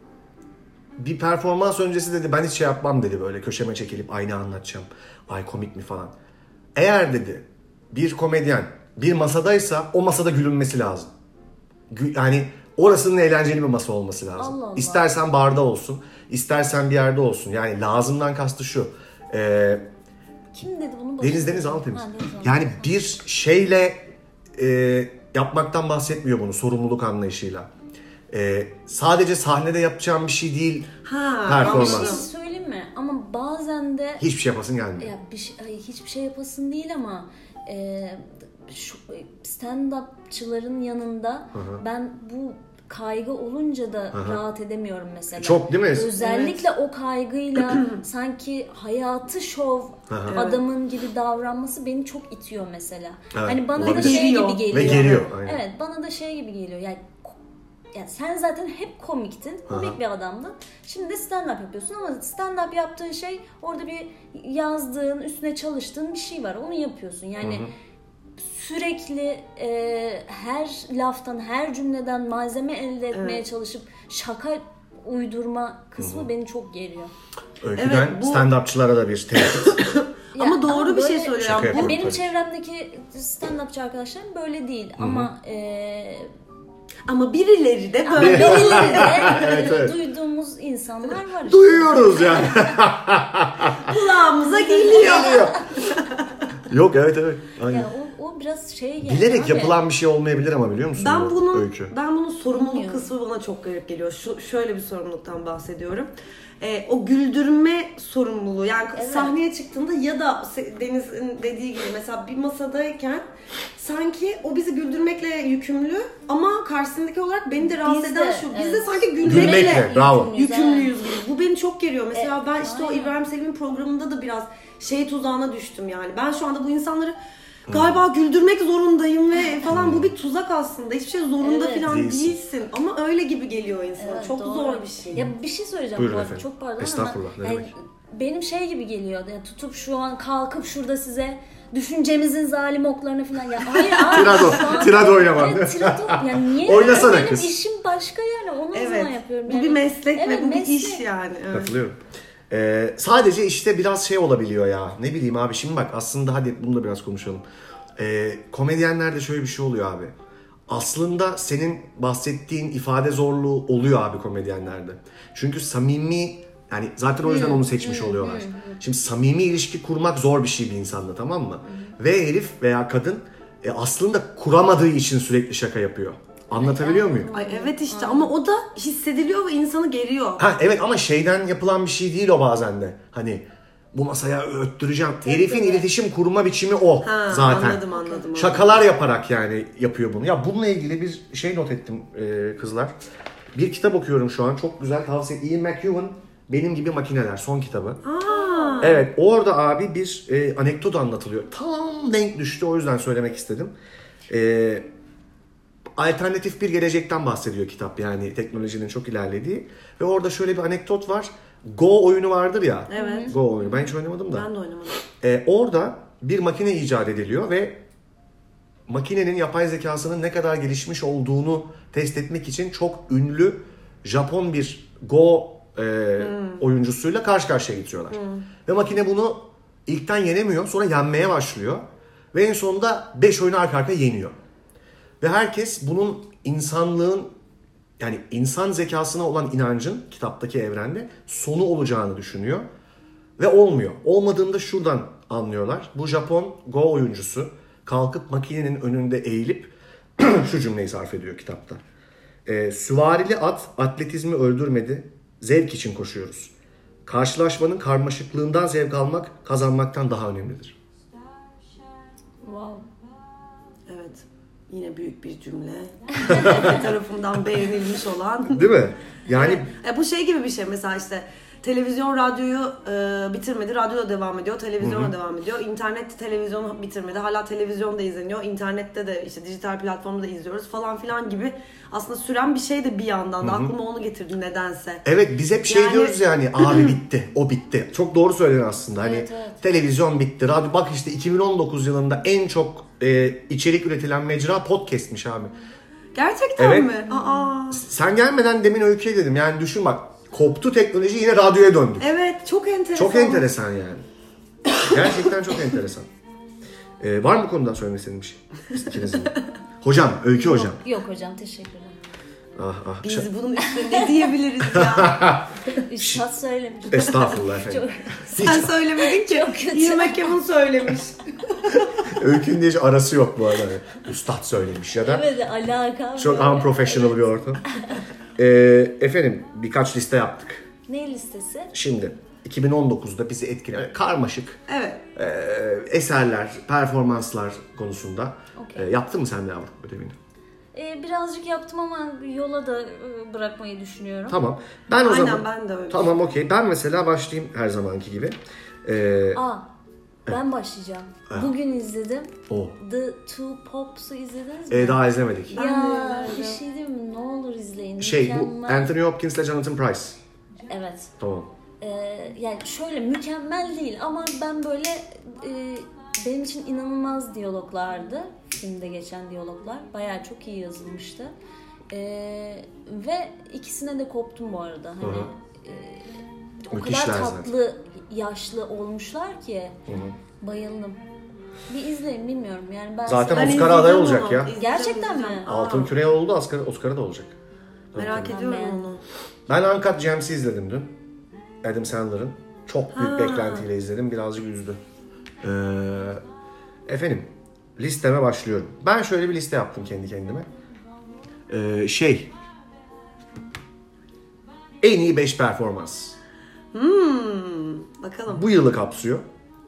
bir performans öncesi dedi ben hiç şey yapmam dedi böyle köşeme çekilip aynı anlatacağım. Ay komik mi falan. Eğer dedi bir komedyen bir masadaysa o masada gülünmesi lazım. Yani orasının eğlenceli bir masa olması lazım. Allah Allah. İstersen barda olsun, istersen bir yerde olsun. Yani lazımdan kastı şu. E, Kim dedi bunu? Deniz Deniz al temiz. Yani bir şeyle e, yapmaktan bahsetmiyor bunu sorumluluk anlayışıyla. E, sadece sahnede yapacağım bir şey değil ha, performans. Bir şey söyleyeyim mi? Ama bazen de hiçbir şey yapasın gelmiyor. Ya bir şey, hiçbir şey yapasın değil ama e, şu stand-upçıların yanında Hı-hı. ben bu kaygı olunca da Aha. rahat edemiyorum mesela. Çok değil mi? Özellikle evet. o kaygıyla sanki hayatı şov Aha. adamın gibi davranması beni çok itiyor mesela. Evet. Hani bana Olabilir. da şey gibi geliyor. Ve geliyor. Aynen. Evet, bana da şey gibi geliyor. Yani, yani sen zaten hep komiktin. Komik Aha. bir adamdın. Şimdi de stand-up yapıyorsun ama stand-up yaptığın şey orada bir yazdığın, üstüne çalıştığın bir şey var. Onu yapıyorsun. Yani Aha. sürekli e, her laftan, her cümleden malzeme elde etmeye evet. çalışıp şaka uydurma kısmı Hı-hı. beni çok geriyor. Öyküden evet, bu... stand-upçılara da bir tehdit. Ama doğru ama bir şey söylüyorum. Bu benim çevremdeki stand-upçı arkadaşlarım böyle değil. Hı-hı. Ama e, ama birileri de böyle. Birileri de evet, evet. duyduğumuz insanlar var işte. Duyuyoruz yani. Kulağımıza geliyor. Yok evet evet. Aynen. Yani o, o biraz şey yani. Bilerek abi. yapılan bir şey olmayabilir ama biliyor musun? Ben bunun Öykü? ben bunun sorumluluk Bilmiyorum. kısmı bana çok garip geliyor. Şu şöyle bir sorumluluktan bahsediyorum. Ee, o güldürme sorumluluğu yani evet. sahneye çıktığında ya da Deniz'in dediği gibi mesela bir masadayken sanki o bizi güldürmekle yükümlü ama karşısındaki olarak beni de rahatsız eden şu. Biz evet. de sanki güldürmekle Gülmekle, bravo. yükümlüyüz gibi. Bu beni çok geriyor. Mesela e, ben işte aynen. o İbrahim Selim'in programında da biraz şey tuzağına düştüm yani. Ben şu anda bu insanları galiba hmm. güldürmek zorundayım ve falan hmm. bu bir tuzak aslında. Hiçbir şey zorunda evet. falan değilsin. değilsin. Ama öyle gibi geliyor insana. Evet, çok doğru. zor bir şey. Ya bir şey söyleyeceğim Buyurun bu arada. Çok pardon Estağfurullah. ama yani benim şey gibi geliyor. Yani tutup şu an kalkıp şurada size düşüncemizin zalim oklarına falan ya. Hayır abi. Tirado. Tirado oynama. Evet, tirado. Yani niye? Oynasana benim kız. işim başka yani. Onu evet. zaman yapıyorum. Yani. Bu bir meslek evet, ve bu meslek. bir iş yani. Evet. Katılıyorum. Ee, sadece işte biraz şey olabiliyor ya. Ne bileyim abi şimdi bak aslında hadi bunu da biraz konuşalım. Ee, komedyenlerde şöyle bir şey oluyor abi. Aslında senin bahsettiğin ifade zorluğu oluyor abi komedyenlerde. Çünkü samimi yani zaten o yüzden onu seçmiş oluyorlar. Şimdi samimi ilişki kurmak zor bir şey bir insanla tamam mı? Ve herif veya kadın e, aslında kuramadığı için sürekli şaka yapıyor. Anlatabiliyor muyum? Ay evet işte ama o da hissediliyor ve insanı geriyor. Ha evet ama şeyden yapılan bir şey değil o bazen de. Hani bu masaya öttüreceğim. Herifin iletişim kurma biçimi o ha, zaten. Anladım anladım. Şakalar yaparak yani yapıyor bunu. Ya bununla ilgili bir şey not ettim e, kızlar. Bir kitap okuyorum şu an. Çok güzel tavsiye. Ian McEwan Benim Gibi Makineler son kitabı. Aa. Evet orada abi bir e, anekdot anlatılıyor. Tam denk düştü o yüzden söylemek istedim. Eee Alternatif bir gelecekten bahsediyor kitap yani teknolojinin çok ilerlediği. Ve orada şöyle bir anekdot var. Go oyunu vardır ya. Evet. Go oyunu. Ben hiç oynamadım da. Ben de oynamadım. Ee, orada bir makine icat ediliyor ve makinenin yapay zekasının ne kadar gelişmiş olduğunu test etmek için çok ünlü Japon bir Go e, hmm. oyuncusuyla karşı karşıya getiriyorlar. Hmm. Ve makine bunu ilkten yenemiyor, sonra yenmeye başlıyor. Ve en sonunda beş oyunu arka arkaya yeniyor. Ve herkes bunun insanlığın, yani insan zekasına olan inancın kitaptaki evrende sonu olacağını düşünüyor. Ve olmuyor. Olmadığında şuradan anlıyorlar. Bu Japon Go oyuncusu kalkıp makinenin önünde eğilip şu cümleyi sarf ediyor kitapta. E, süvarili at atletizmi öldürmedi. Zevk için koşuyoruz. Karşılaşmanın karmaşıklığından zevk almak kazanmaktan daha önemlidir. Wow. Evet. Yine büyük bir cümle. tarafından beğenilmiş olan. Değil mi? Yani evet. Bu şey gibi bir şey mesela işte televizyon radyoyu e, bitirmedi, radyo da devam ediyor, televizyona devam ediyor. İnternet televizyonu bitirmedi, hala televizyon da izleniyor. İnternette de işte dijital platformda da izliyoruz falan filan gibi. Aslında süren bir şey de bir yandan da aklıma onu getirdi nedense. Evet, biz hep şey yani... diyoruz yani abi bitti, o bitti. Çok doğru söyledin aslında. Hani evet, evet. televizyon bitti, radyo bak işte iki bin on dokuz yılında en çok e, içerik üretilen mecra podcast'miş abi. Gerçekten evet. mi? Aa. Sen gelmeden demin Öykü'ye dedim yani düşün bak. Koptu teknoloji, yine radyoya döndük. Evet, çok enteresan. Çok enteresan yani. Gerçekten çok enteresan. Ee, var mı bu konudan söylemek istediğin bir şey? İkinizin. Hocam, Öykü yok, hocam. Yok hocam, teşekkürler. Ah, ah. Biz Ş- bunun üstüne ne diyebiliriz ya? Üstad söylemiş. Estağfurullah efendim. Çok... Sen söylemedin ki. Yirmi Kevin söylemiş. Öykü'nün de hiç arası yok bu arada. Üstad söylemiş ya da. Evet, alaka. Çok unprofessional evet. bir ortam. Ee, efendim birkaç liste yaptık. Ne listesi? Şimdi iki bin on dokuzda bizi etkileyen karmaşık evet. e, eserler, performanslar konusunda. Okay. E, yaptın mı sen de Avrupa ödevini? Ee, birazcık yaptım ama yola da bırakmayı düşünüyorum. Tamam. Ben o Aynen, zaman. ben de öyle. Tamam okey. Ben mesela başlayayım her zamanki gibi. Ee, Aa, ben başlayacağım. Ah. Bugün izledim. O. The Two Pops'u izlediniz mi? Ee, daha izlemedik. Ya bir şey diyeyim mi? Ne olur izleyin. Şey mükemmel. bu Anthony Hopkins ile Jonathan Pryce. Evet. Tamam. Ee, yani şöyle mükemmel değil ama ben böyle e, benim için inanılmaz diyaloglardı. Filmde geçen diyaloglar. Bayağı çok iyi yazılmıştı. Ee, ve ikisine de koptum bu arada. Hani e, o Müthişler kadar zaten. tatlı, yaşlı olmuşlar ki. Hı-hı. Bayıldım. Bir izleyin, bilmiyorum. Yani ben zaten Oscar'a aday olacak onu. ya. Gerçekten mi? Altın Küre oldu, Oscar, Oscar'a da olacak. Merak tabii. ediyorum Ben onu. Ben Uncut Gems'i izledim dün. Adam Sandler'ın. Çok büyük Ha. beklentiyle izledim. Birazcık üzdü. Ee, efendim, listeme başlıyorum. Ben şöyle bir liste yaptım kendi kendime. Ee, şey... En iyi beş performans. Hmm, bakalım. Bu yılı kapsıyor.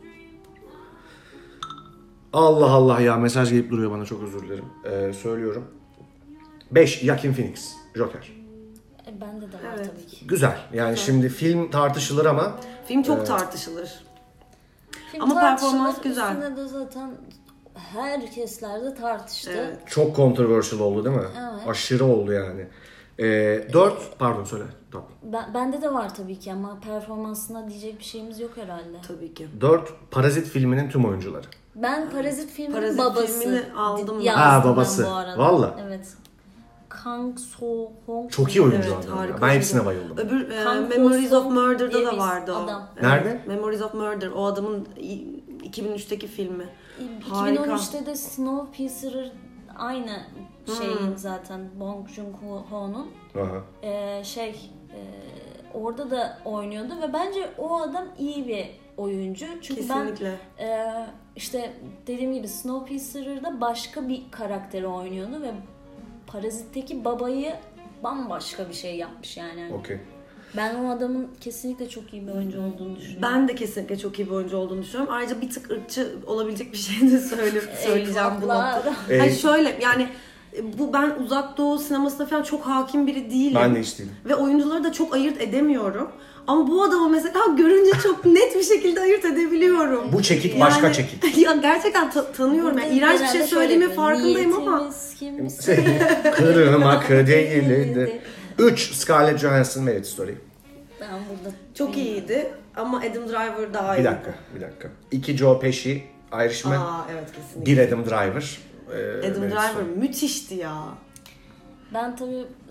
Allah Allah ya, mesaj gelip duruyor bana, çok özür dilerim. Ee, söylüyorum. beş Joaquin Phoenix, Joker. E, bende de var Evet. tabii ki. Güzel. Yani evet. Şimdi film tartışılır ama film çok e, tartışılır. Film ama tartışılır, performans güzel. Üstüne de zaten herkeslerde tartıştı. Evet. çok controversial oldu değil mi? Evet. Aşırı oldu yani. Ee, dört pardon söyle. Tamam. Ben, bende de var tabii ki ama performansına diyecek bir şeyimiz yok herhalde. Tabii ki. dört Parazit filminin tüm oyuncuları. Ben Parazit filminin Parazit babası filmini aldım. yazdım Ha, babası. ben bu arada. Valla. Evet. Kang So Hong. Çok iyi oyuncu Evet, adam ya. harika Ben oyuncu. hepsine bayıldım. Öbür e, Kang Memories Ho-sung of Murder'da diye da bir vardı o. adam. Evet. Nerede? Memories of Murder. O adamın iki bin üçteki filmi. iki bin on üçte de Snowpiercer aynı şeyin Hmm. zaten Bong Joon-ho'nun Aha. ee, şey e, orada da oynuyordu ve bence o adam iyi bir oyuncu. Çünkü Kesinlikle. ben e, işte dediğim gibi Snowpiercer'da başka bir karakteri oynuyordu ve Parazit'teki babayı bambaşka bir şey yapmış yani. Okey. Ben o adamın kesinlikle çok iyi bir oyuncu olduğunu düşünüyorum. Ben de kesinlikle çok iyi bir oyuncu olduğunu düşünüyorum. Ayrıca bir tık ırkçı olabilecek bir şey de söyle, söyleyeceğim bu noktada. Ey. Hani şöyle yani bu ben uzak doğu sinemasına falan çok hakim biri değilim. Ben de hiç değilim. Ve oyuncuları da çok ayırt edemiyorum. Ama bu adamı mesela görünce çok net bir şekilde ayırt edebiliyorum. Bu çekik başka Yani- çekik. Ya gerçekten ta- tanıyorum. Yani iğrenç bir şey söylediğimin farkındayım ama. Niyetimiz kimse. Kırmak değildi. üç Scarlett Johansson Marriage Story. Ben burada Çok iyiydi ama Adam Driver daha iyi. Bir dakika, bir dakika. iki Joe Pesci, Irishman. Aa evet kesinlikle. Bir Adam Driver. Ee, Adam Marriage Driver Story. müthişti ya. Ben tabii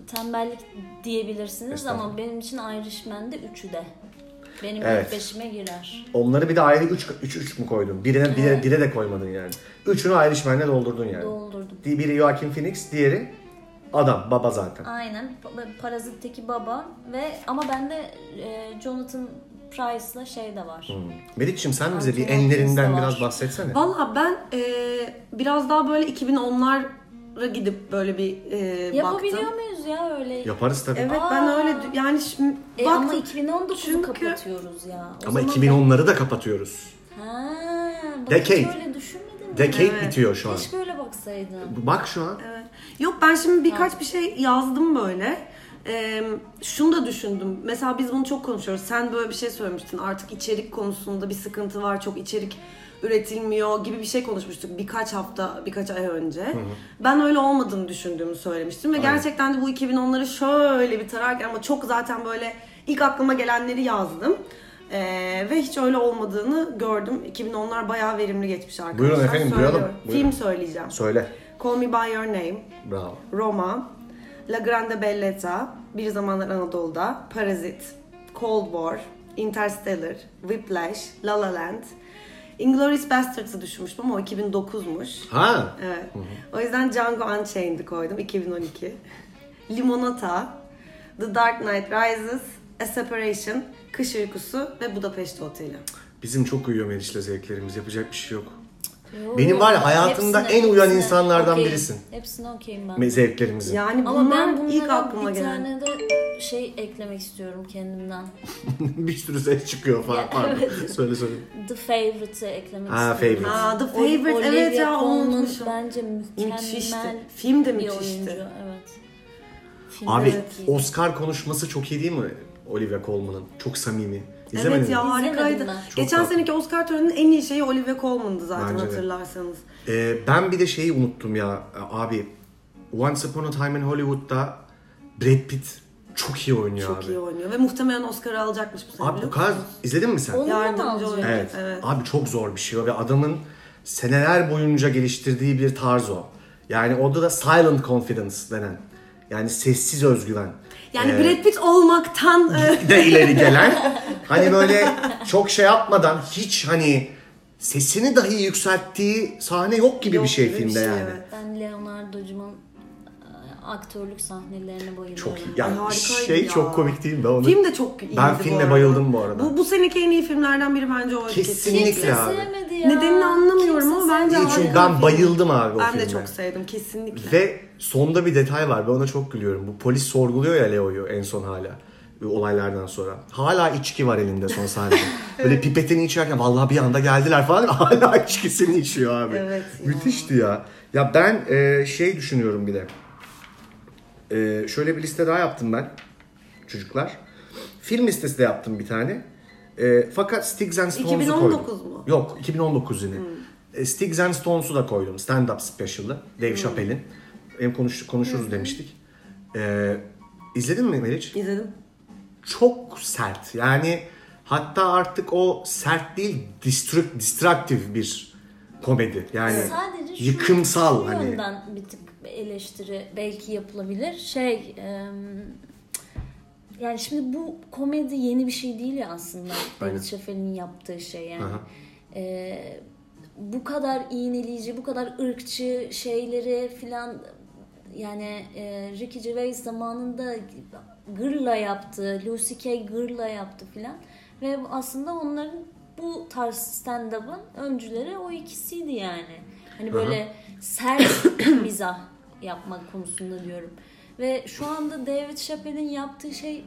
tembellik diyebilirsiniz ama benim için Irishman'de üçü de. Benim Evet. ilk beşime girer. Onları bir de ayrı üç üç üç mü koydun? Birine bire, Evet. bire de koymadın yani. Üçünü Irishman'le doldurdun yani. Doldurdum. Biri Joaquin Phoenix, diğeri adam, baba zaten. Aynen. Parazit'teki baba ve ama bende e, Jonathan Pryce'la şey de var. Hmm. Meriç'cim sen bize bir Anthony Hopkins enlerinden de var. biraz bahsetsene. Valla ben e, biraz daha böyle iki bin onlara gidip böyle bir e, Yapabiliyor baktım. muyuz ya öyle? Yaparız tabii. Evet Aa. ben öyle dü- yani şimdi E, baktım. ama iki bin on dokuzu Çünkü- kapatıyoruz ya. O Ama zaman iki bin onları da kapatıyoruz. ben- Ha, bak Decade. hiç öyle düşünmedim. Decade Evet. bitiyor şu an. Keşke öyle baksaydın. Bak şu an. Evet. Yok ben şimdi birkaç bir şey yazdım böyle. Ee, şunu da düşündüm. Mesela biz bunu çok konuşuyoruz. Sen böyle bir şey söylemiştin. Artık içerik konusunda bir sıkıntı var. Çok içerik üretilmiyor gibi bir şey konuşmuştuk birkaç hafta, birkaç ay önce. Hı hı. Ben öyle olmadığını düşündüğümü söylemiştim. Ve Aynen. gerçekten de bu iki bin onları şöyle bir tararken ama çok zaten böyle ilk aklıma gelenleri yazdım. Ee, ve hiç öyle olmadığını gördüm. iki bin onlar bayağı verimli geçmiş arkadaşlar. Buyurun efendim, duyalım. Söylüyorum. Buyurun. Film söyleyeceğim. Söyle. Call Me By Your Name, Bravo. Roma, La Grande Bellezza, Bir Zamanlar Anadolu'da, Parazit, Cold War, Interstellar, Whiplash, La La Land, Inglourious Basterds'ı düşünmüştüm ama o iki bin dokuzmuş. Ha. Evet. O yüzden Django Unchained'i koydum iki bin on iki. Limonata, The Dark Knight Rises, A Separation, Kış Uykusu ve Budapest Oteli. Bizim çok uyuyor Meriç'le zevklerimiz. Yapacak bir şey yok. Yo, Benim var ya hayatımda hepsine- en uyan hepsine insanlardan okeyim. birisin. Hepsine okeyim ben. Me- Zevklerimizi. Yani Ama bunlar ben bunlara ilk aklıma bir gelen. tane de şey eklemek istiyorum kendimden. Bir sürü ses çıkıyor falan. Ya, Pardon. evet. Söyle söyle. The Favorite'ı eklemek Ha, istiyorum. Favorite. Aa, The Ol- Favorite, evet Olivia ya, Colman unutmuşum. bence mükemmel Müthişti. Film de bir müthişti. oyuncu. Evet. Film Abi evet, iyi. Oscar konuşması çok iyi değil mi Olivia Colman'ın? Çok samimi. İzlemedin Evet ya mi? harikaydı. İzlemedim ben. Çok Geçen tatlı. seneki Oscar töreninin en iyi şeyi Olivia Colman'dı zaten Bence de. hatırlarsanız. Ee, ben bir de şeyi unuttum ya abi. Once Upon a Time in Hollywood'da Brad Pitt çok iyi oynuyor Çok abi. iyi oynuyor ve muhtemelen Oscar'ı alacakmış bu sene. Abi biliyor bu kadar musunuz? izledin mi sen? Onu da mı Yardımcı alacak? oyuncu. Evet. Evet. Abi çok zor bir şey o ve adamın seneler boyunca geliştirdiği bir tarz o. Yani orada da silent confidence denen. Yani sessiz özgüven. Yani Ee, Brad Pitt olmaktan e, de ileri gelen hani böyle çok şey yapmadan hiç hani sesini dahi yükselttiği sahne yok gibi Yok bir şey gibi bir filmde şey, yani. evet. Ben Leonardo'cumun e, aktörlük sahnelerine bayılıyorum. Çok iyi. Ay, Yani harikaydı şey ya. çok komik değil mi? Ben onu film de çok iyiydi Ben bu filme arada. bayıldım bu arada. Bu, bu seneki en iyi filmlerden biri bence oydu. Kesinlikle. Kimse abi. sevmedi ya. Nedenini anlamıyorum Kimse ama bence sevmedi. çünkü harika bir ben film. bayıldım abi o Ben filme. de çok sevdim kesinlikle. Ve sonda bir detay var. Ben ona çok gülüyorum. Bu polis sorguluyor ya Leo'yu en son hala. Olaylardan sonra. Hala içki var elinde son sahnede. Böyle pipetini içerken vallahi bir anda geldiler falan. Hala içkisini içiyor abi. Evet ya. Müthişti ya. Ya ben e, şey düşünüyorum bir de. E, şöyle bir liste daha yaptım ben. Çocuklar. Film listesi de yaptım bir tane. E, fakat Sticks and Stones'u iki bin on koydum. dokuz mu? Yok iki bin on dokuz yine. E, Sticks and Stones'u da koydum. Stand-up special'ı. Dave Chappelle'in. Hem konuş, konuşuruz demiştik. E, izledin mi Meriç? İzledim. Çok sert. Yani hatta artık o sert değil, destruct, destructive bir komedi. Yani Sadece şu, yıkımsal şu hani. yönden bir tık eleştiri belki yapılabilir. Şey e, yani şimdi bu komedi yeni bir şey değil ya aslında. Aynen. David Chappelle'in yaptığı şey yani. Aha. E, bu kadar iğneleyici, bu kadar ırkçı şeyleri filan yani e, Ricky Gervais zamanında gırla yaptı, Lucy Kay gırla yaptı filan ve aslında onların bu tarz stand-up'ın öncüleri o ikisiydi yani. Hani böyle sert mizah yapmak konusunda diyorum. Ve şu anda David Chappelle'in yaptığı şeyi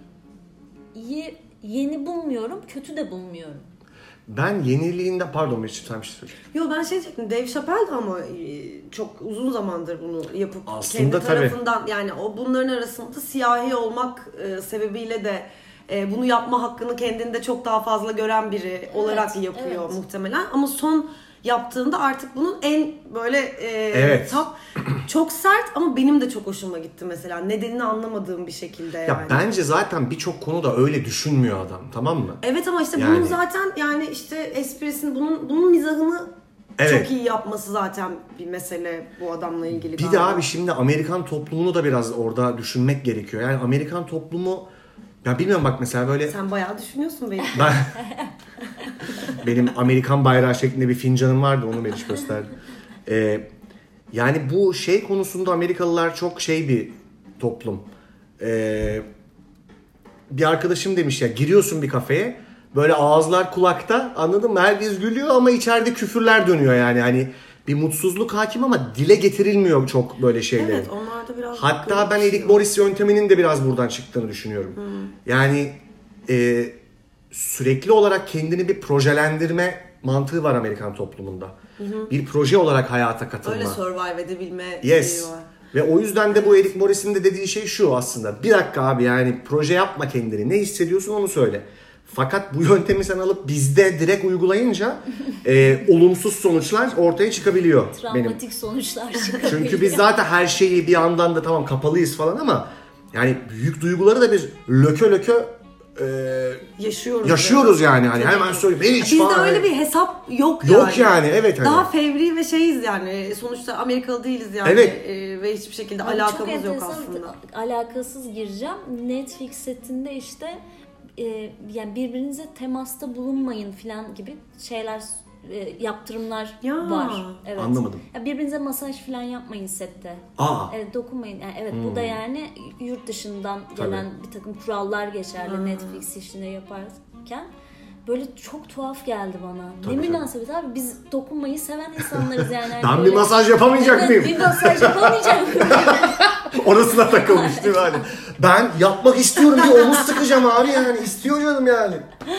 yeni bulmuyorum, kötü de bulmuyorum. Ben yeniliğinde pardon Meriç'im sen bir şey söyle. Yo ben şey diyecektim. Dave Chappelle de ama e, çok uzun zamandır bunu yapıp Aslında kendi tabii. tarafından yani o bunların arasında siyahi olmak e, sebebiyle de e, bunu yapma hakkını kendinde çok daha fazla gören biri olarak yapıyor evet. muhtemelen. Ama son yaptığında artık bunun en böyle e, Evet. tap çok sert ama benim de çok hoşuma gitti mesela. Nedenini anlamadığım bir şekilde yani. Ya bence zaten birçok konuda öyle düşünmüyor adam, tamam mı? Evet ama işte Yani- bunun zaten yani işte esprisini bunun bunun mizahını Evet. çok iyi yapması zaten bir mesele bu adamla ilgili. Bir galiba. de abi şimdi Amerikan toplumunu da biraz orada düşünmek gerekiyor. Yani Amerikan toplumu, ya bilmiyorum bak mesela böyle... Sen bayağı düşünüyorsun belki. Ben... Benim Amerikan bayrağı şeklinde bir fincanım vardı, onu Meriç gösterdi. Ee, yani bu şey konusunda Amerikalılar çok şey bir toplum. Ee, bir arkadaşım demiş ya, giriyorsun bir kafeye, böyle ağızlar kulakta, anladın mı? Herkes gülüyor ama içeride küfürler dönüyor yani. Hani bir mutsuzluk hakim ama dile getirilmiyor çok böyle şeyler. Evet, onlar da biraz... Hatta ben Eric Morris yönteminin de biraz buradan çıktığını düşünüyorum. Hmm. Yani e, sürekli olarak kendini bir projelendirme mantığı var Amerikan toplumunda. Hı hı. Bir proje olarak hayata katılma. Öyle survive edebilme yes. şeyi var. Ve o yüzden de bu Eric Morris'in de dediği şey şu aslında. Bir dakika abi, yani proje yapma kendini. Ne hissediyorsun onu söyle. Fakat bu yöntemi sen alıp bizde direkt uygulayınca e, olumsuz sonuçlar ortaya çıkabiliyor. Travmatik benim. sonuçlar çıkabiliyor. Çünkü biz zaten her şeyi bir yandan da tamam kapalıyız falan ama yani büyük duyguları da biz lökö lökö e, yaşıyoruz. Yaşıyoruz yani. Hani hemen söyleyeyim. Hiç Bizde falan. öyle bir hesap yok yani. Yok yani, evet. Hani. Daha fevri ve şeyiz yani. Sonuçta Amerikalı değiliz yani. Evet. E, ve hiçbir şekilde yani alakamız yok aslında. Alakasız gireceğim. Netflix setinde işte e, yani birbirinize temasta bulunmayın falan gibi şeyler, e, yaptırımlar ya. var. Evet. Anlamadım. Ya birbirinize masaj falan yapmayın sette. Aa. Evet, dokunmayın. Yani evet, hmm. bu da yani yurt dışından gelen Tabii. bir takım kurallar geçerli hmm. Netflix işini yaparken. Böyle çok tuhaf geldi bana. Tabii, ne münasebet abi, biz dokunmayı seven insanlarız yani. Ben böyle... bir masaj yapamayacak evet, mıyım? Bir masaj yapamayacak mıyım? Orasına takılmış değil mi hani? Ben yapmak istiyorum diye omuz sıkacağım abi yani. İstiyor canım yani.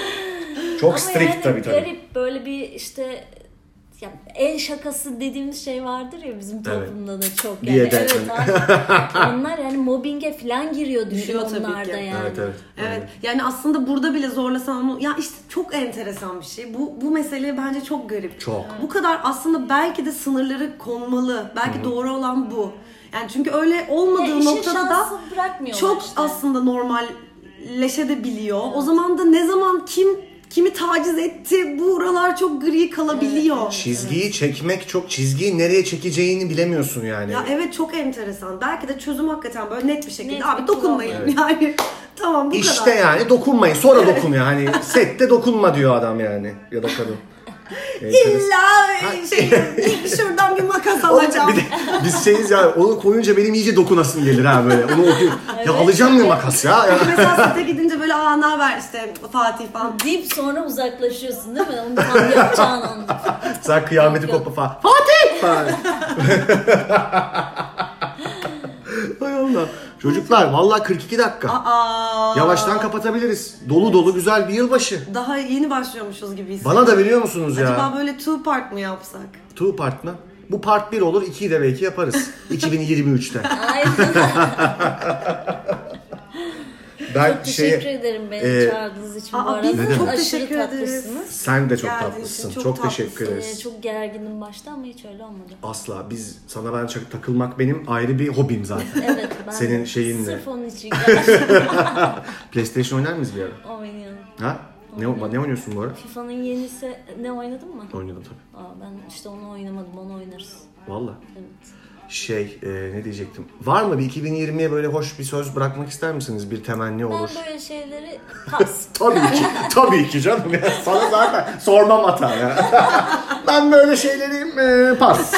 Çok Ama strict yani tabii tabii. garip böyle bir işte... Ya, el şakası dediğimiz şey vardır ya bizim toplumda evet. da çok yani. Diyede. Evet abi. Onlar yani mobbinge falan giriyor, düşüyor onlar da yani. Evet evet. Evet. Yani aslında burada bile zorlasan onu, ya işte çok enteresan bir şey. Bu bu mesele bence çok garip. Çok. Bu kadar aslında belki de sınırları konmalı. Belki Hı-hı. doğru olan bu. Yani çünkü öyle olmadığı ya noktada da çok işte. aslında normalleşebiliyor. Evet. O zaman da ne zaman kim kimi taciz etti, buralar çok gri kalabiliyor. Evet. Çizgiyi evet. çekmek çok, çizgiyi nereye çekeceğini bilemiyorsun yani. Ya evet, çok enteresan. Belki de çözüm hakikaten böyle net bir şekilde. Net abi dokunmayın evet. yani. Tamam, bu işte kadar. İşte yani dokunmayın, sonra dokun yani. Sette dokunma diyor adam yani ya da kadın. İlla şey, şuradan bir makas alacağım. Bir de, biz şeyiz ya, onu koyunca benim iyice dokunasım gelir ha böyle. Onu okuyup evet. ya alacağım bir makas ya. Peki mesela sete gidince böyle aa ne haber işte Fatih falan deyip sonra uzaklaşıyorsun değil mi? Onu tam yapacağın anda. Sen kıyameti kopma falan. Fatih falan. Hay Allah. Çocuklar vallahi kırk iki dakika. Aa. Yavaştan kapatabiliriz. Dolu dolu güzel bir yılbaşı. Daha yeni başlıyormuşuz gibi hissediyorum. Bana da biliyor musunuz ya? Acaba böyle two part mı yapsak? Two part mı? Bu part bir olur, ikiyi de belki yaparız. iki bin yirmi üçte. Ben çok teşekkür şeye, ederim beni e, çağırdığınız için. Aa, bu arada. Biz çok aşırı teşekkür ederiz. Sen de çok Geldiğin tatlısın. Çok, çok teşekkür ederiz. Ee, çok gergindim başta ama hiç öyle olmadı. Asla. Biz sana ben çok takılmak benim ayrı bir hobim zaten. Evet. Ben senin şeyinle. Sırf onun için PlayStation oynar mıyız bir ara? Oynayalım. Ha? Ne, ne oynuyorsun bu ara? FIFA'nın yenisi ne oynadın mı? Oynadım tabii. Aa, ben işte onu oynamadım, onu oynarız. Vallahi. Evet. Şey e, ne diyecektim? Var mı bir iki bin yirmiye böyle hoş bir söz bırakmak ister misiniz? Bir temenni olur. Ben böyle şeyleri pas. Tabii ki. Tabii ki canım. Ya. Sana zaten sormam hata ya. Ben böyle şeyleri e, pas.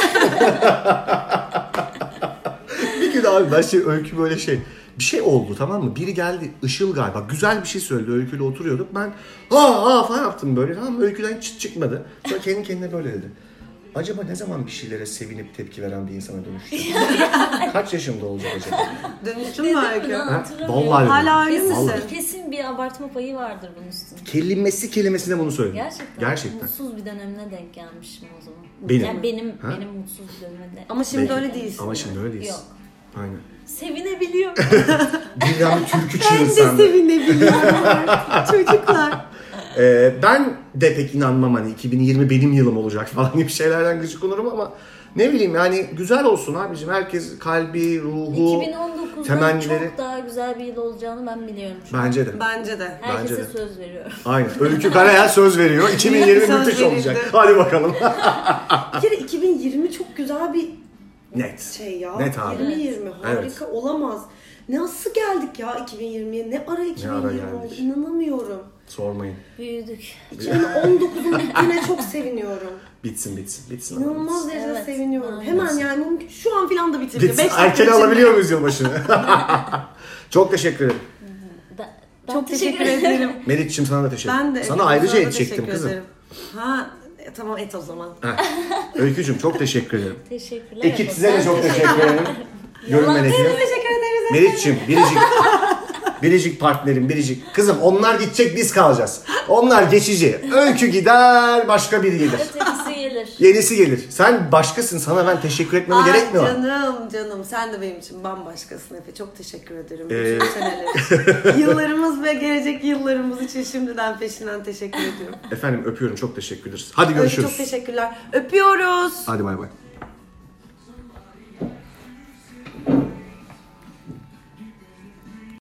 Bir gün abi ben şey öykü böyle şey. Bir şey oldu, tamam mı? Biri geldi, Işıl galiba. Güzel bir şey söyledi. Öyküyle oturuyorduk. Ben aa aa falan yaptım böyle. Tamam mı? Öyküden hiç çıkmadı. Sonra kendi kendine böyle dedi. Acaba ne zaman bir şeylere sevinip tepki veren bir insana dönüştü? Kaç yaşında olacak acaba? Dönüştün mü Öykü? Vallahi. Hala öyle misin? Kesin bir abartma payı vardır bunun üstünde. Kelimesi kelimesine bunu söyledi. Gerçekten. Gerçekten. Mutsuz bir dönemine denk gelmişim o zaman. Benim. Yani benim ha? benim mutsuz bir dönemine. Ama şimdi Belki. öyle değilsin. Ama şimdi öyle değilsin. Yok. Aynen. Sevinebiliyorum. Dünyanın türkü çığır Ben sende. de sevinebiliyorum. Çocuklar. Ee, ben de pek inanmam hani iki bin yirmi benim yılım olacak falan gibi şeylerden gıcık olurum ama ne bileyim yani güzel olsun abicim. Herkes kalbi, ruhu... iki bin on dokuzdan temennileri... çok daha güzel bir yıl olacağını ben biliyorum. Bence de. Bence de. Herkese Bence de. söz veriyorum. Aynen. Öykü Karayel söz veriyor. iki bin yirmi Söz müthiş verildi. olacak. Hadi bakalım. Bir kere iki bin yirmi çok güzel bir Net. şey ya. Net abi. yirmi yirmi harika Evet. olamaz. Nasıl geldik ya iki bin yirmiye? Ne ara iki bin yirmi geldik? oldu? İnanamıyorum. Sormayın. Büyüdük. iki bin on dokuzun bittiğine çok seviniyorum. Bitsin bitsin. Bitsin. İnanılmaz derecede Evet, seviniyorum. aynen. Hemen yani mümkün- şu an filan da bitirdi. Bitsin. Beş dakika Erken içinde. alabiliyor muyuz yılbaşını? Çok teşekkür ederim. Ben, ben Çok teşekkür ederim. Meriç'cim sana da teşekkür ederim. Ben de. Sana evet, ayrıca sana da edecektim teşekkür kızım. ederim. Ha e, tamam et o zaman. Heh. Öykücüm çok teşekkür ederim. Teşekkürler. Ekip size de Ben çok teşekkür ederim. Görünmenek Teşekkür ederiz. Meriç'cim, Biricik. Biricik partnerim, Biricik. Kızım onlar gidecek, biz kalacağız. Onlar geçici. Öykü gider, başka biri gelir. Ötekisi gelir. Yenisi gelir. Sen başkasın, sana ben teşekkür etmeme Ay gerek mi var? canım canım sen de benim için bambaşkasın Efe. Çok teşekkür ederim. Ee, Bütün seneler. Yıllarımız ve gelecek yıllarımız için şimdiden peşinden teşekkür ediyorum. Efendim öpüyorum, çok teşekkür ederiz. Hadi Öyle görüşürüz. çok teşekkürler. Öpüyoruz. Hadi bay bay.